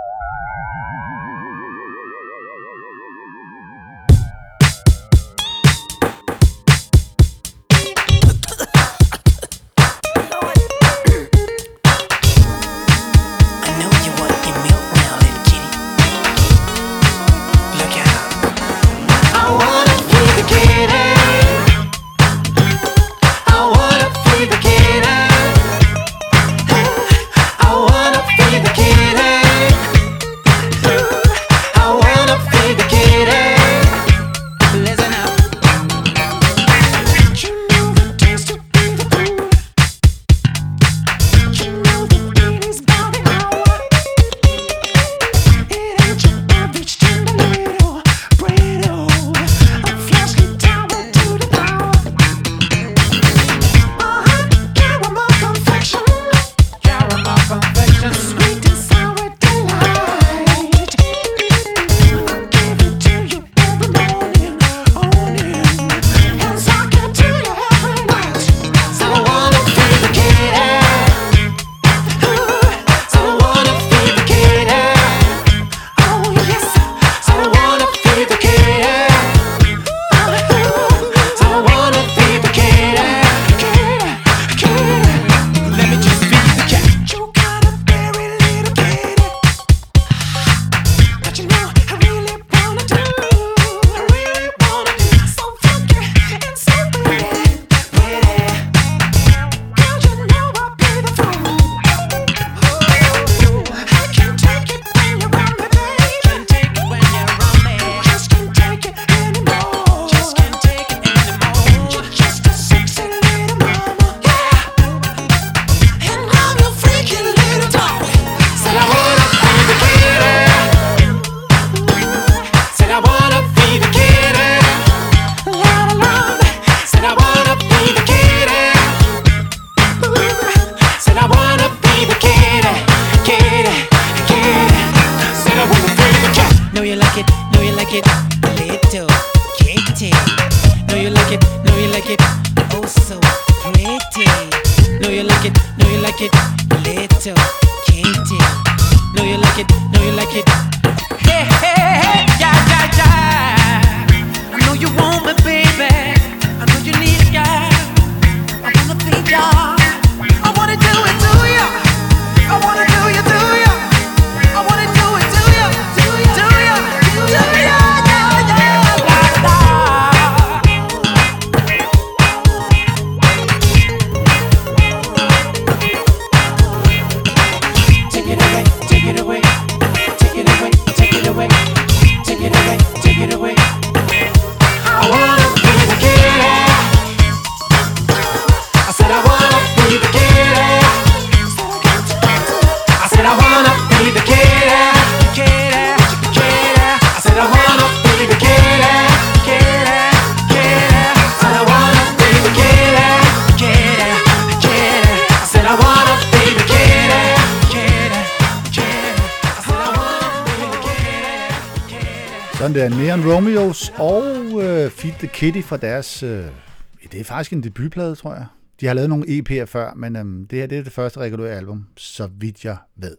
Sådan der, Neon Romeos og øh, Feed the Kitty fra deres, øh, det er faktisk en debutplade, tror jeg. De har lavet nogle E P'er før, men øh, det her det er det første regulære album, så vidt jeg ved.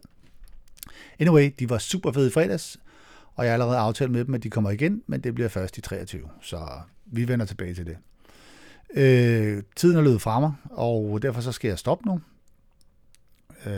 Anyway, de var super fede i fredags, og jeg har allerede aftalt med dem, at de kommer igen, men det bliver først i treogtyve, så vi vender tilbage til det. Øh, tiden er løbet fra mig, og derfor så skal jeg stoppe nu. Øh,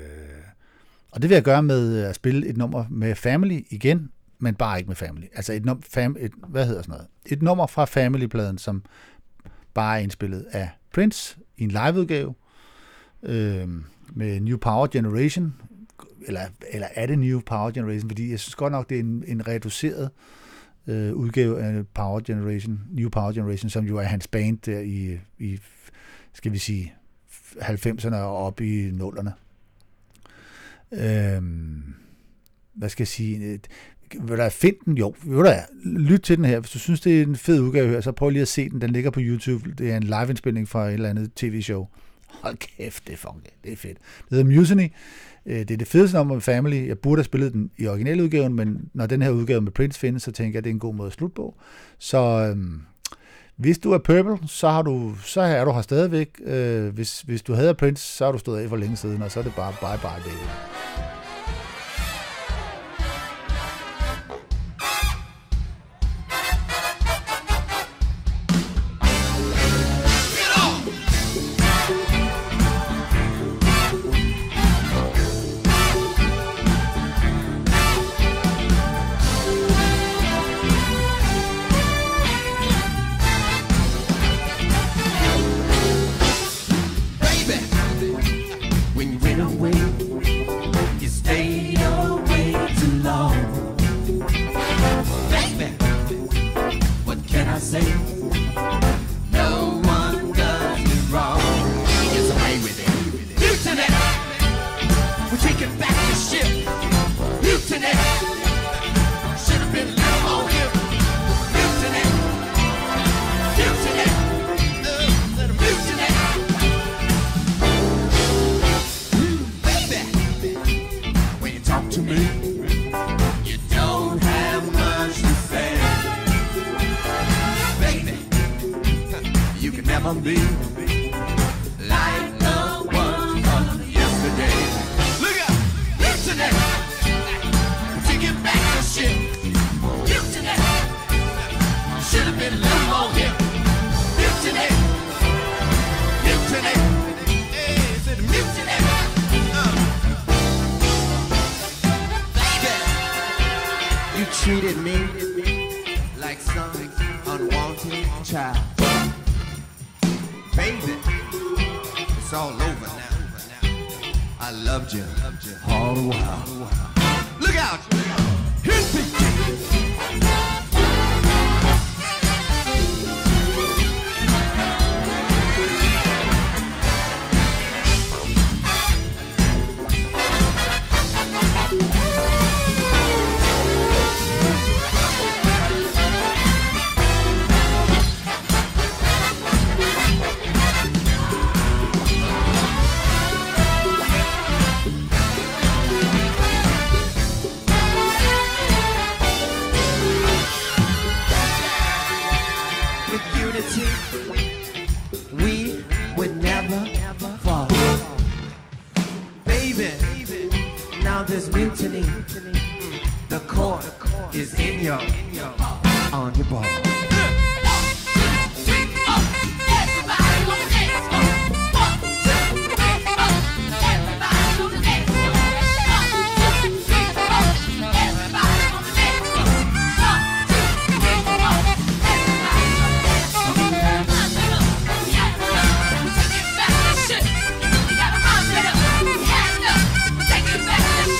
og det vil jeg gøre med at spille et nummer med Family igen, men bare ikke med Family. Altså et nummer, fam, et, hvad hedder sådan noget? Et nummer fra Family-pladen, som bare er indspillet af Prince i en liveudgave øh, med New Power Generation, eller, eller er det New Power Generation, fordi jeg synes godt nok, det er en, en reduceret øh, udgave af Power Generation, New Power Generation, som jo er hans band der i, i skal vi sige, halvfemserne og op i nullerne. Øhm, hvad skal jeg sige, et, vil der finde den? Jo, vil der, lyt til den her. Hvis du synes, det er en fed udgave her, så prøv lige at se den. Den ligger på YouTube. Det er en live-indspilning fra et eller andet tv-show. Hold kæft, det fungerer. Det er fedt. Det hedder Mutiny. Det er det fedeste nummer med Family. Jeg burde have spillet den i originaludgaven, men når den her udgave med Prince findes, så tænker jeg, at det er en god måde at slutte på. Så øhm, hvis du er Purple, så, har du, så er du her stadigvæk. Øh, hvis, hvis du hader Prince, så har du stået af for længe siden, og så er det bare bye bye, David.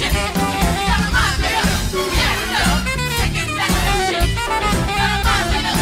Take it back.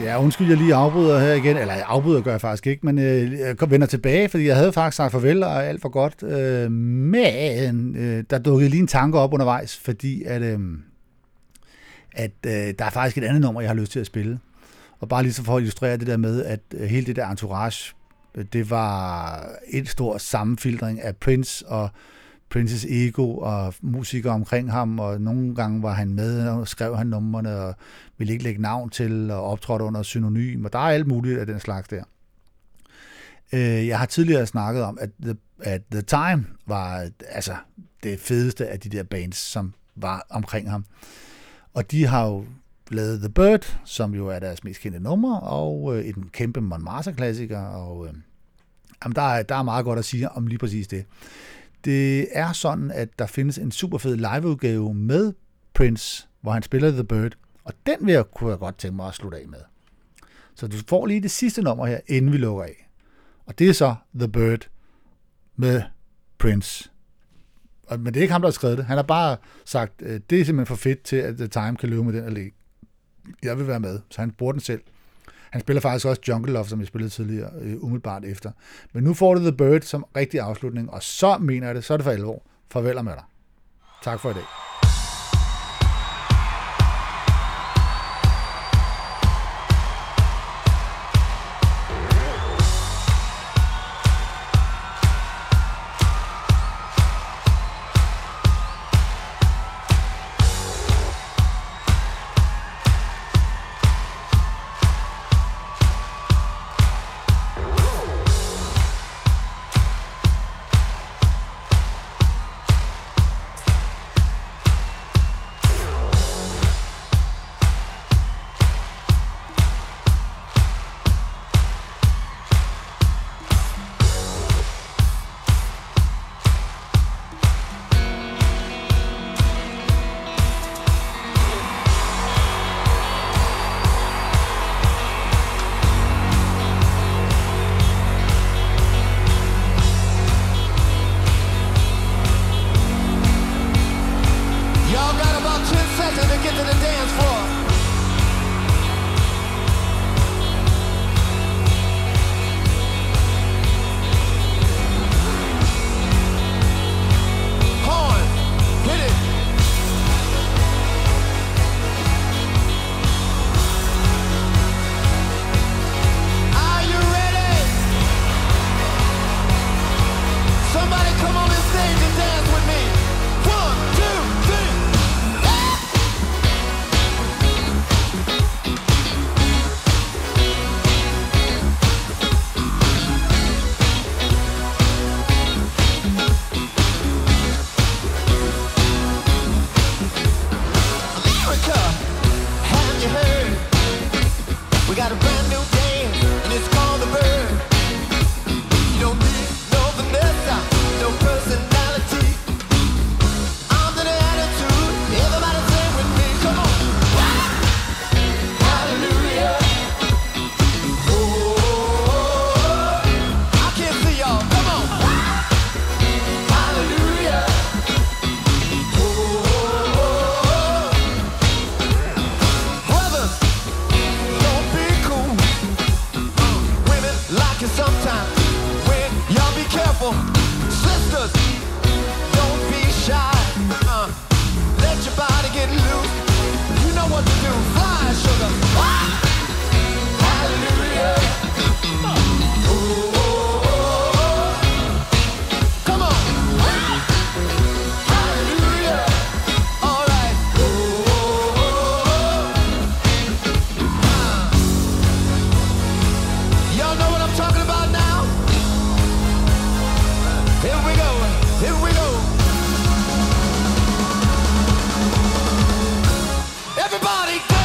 Ja, undskyld, jeg lige afbryder her igen. Eller jeg afbryder gør jeg faktisk ikke, men øh, jeg vender tilbage, fordi jeg havde faktisk sagt farvel og alt for godt. Øh, men øh, der dukkede lige en tanke op undervejs, fordi at, øh, at øh, der er faktisk et andet nummer, jeg har lyst til at spille. Og bare lige så for at illustrere det der med, at øh, hele det der entourage, øh, det var et stort sammenfiltring af Prince og Princes ego og musikere omkring ham, og nogle gange var han med, og skrev han numrene, og ville ikke lægge navn til, og optrådte under synonym, og der er alt muligt af den slags der. Jeg har tidligere snakket om, at The, at The Time var altså det fedeste af de der bands, som var omkring ham. Og de har jo lavet The Bird, som jo er deres mest kendte nummer, og øh, en kæmpe Montmartre-klassiker, og øh, jamen, der, er, der er meget godt at sige om lige præcis det. Det er sådan, at der findes en super fed liveudgave med Prince, hvor han spiller The Bird, og den vil jeg, kunne jeg godt tænke mig at slutte af med. Så du får lige det sidste nummer her, inden vi lukker af. Og det er så The Bird med Prince. Og, men det er ikke ham, der har skrevet det. Han har bare sagt, det er simpelthen for fedt til, at The Time kan løbe med den alene. Jeg vil være med, så han bruger den selv. Han spiller faktisk også Jungle Love, som jeg spillede tidligere, øh, umiddelbart efter. Men nu får du The Bird som rigtig afslutning, og så mener jeg det, så er det for alvor. Farvel med dig. Tak for i dag. Everybody go!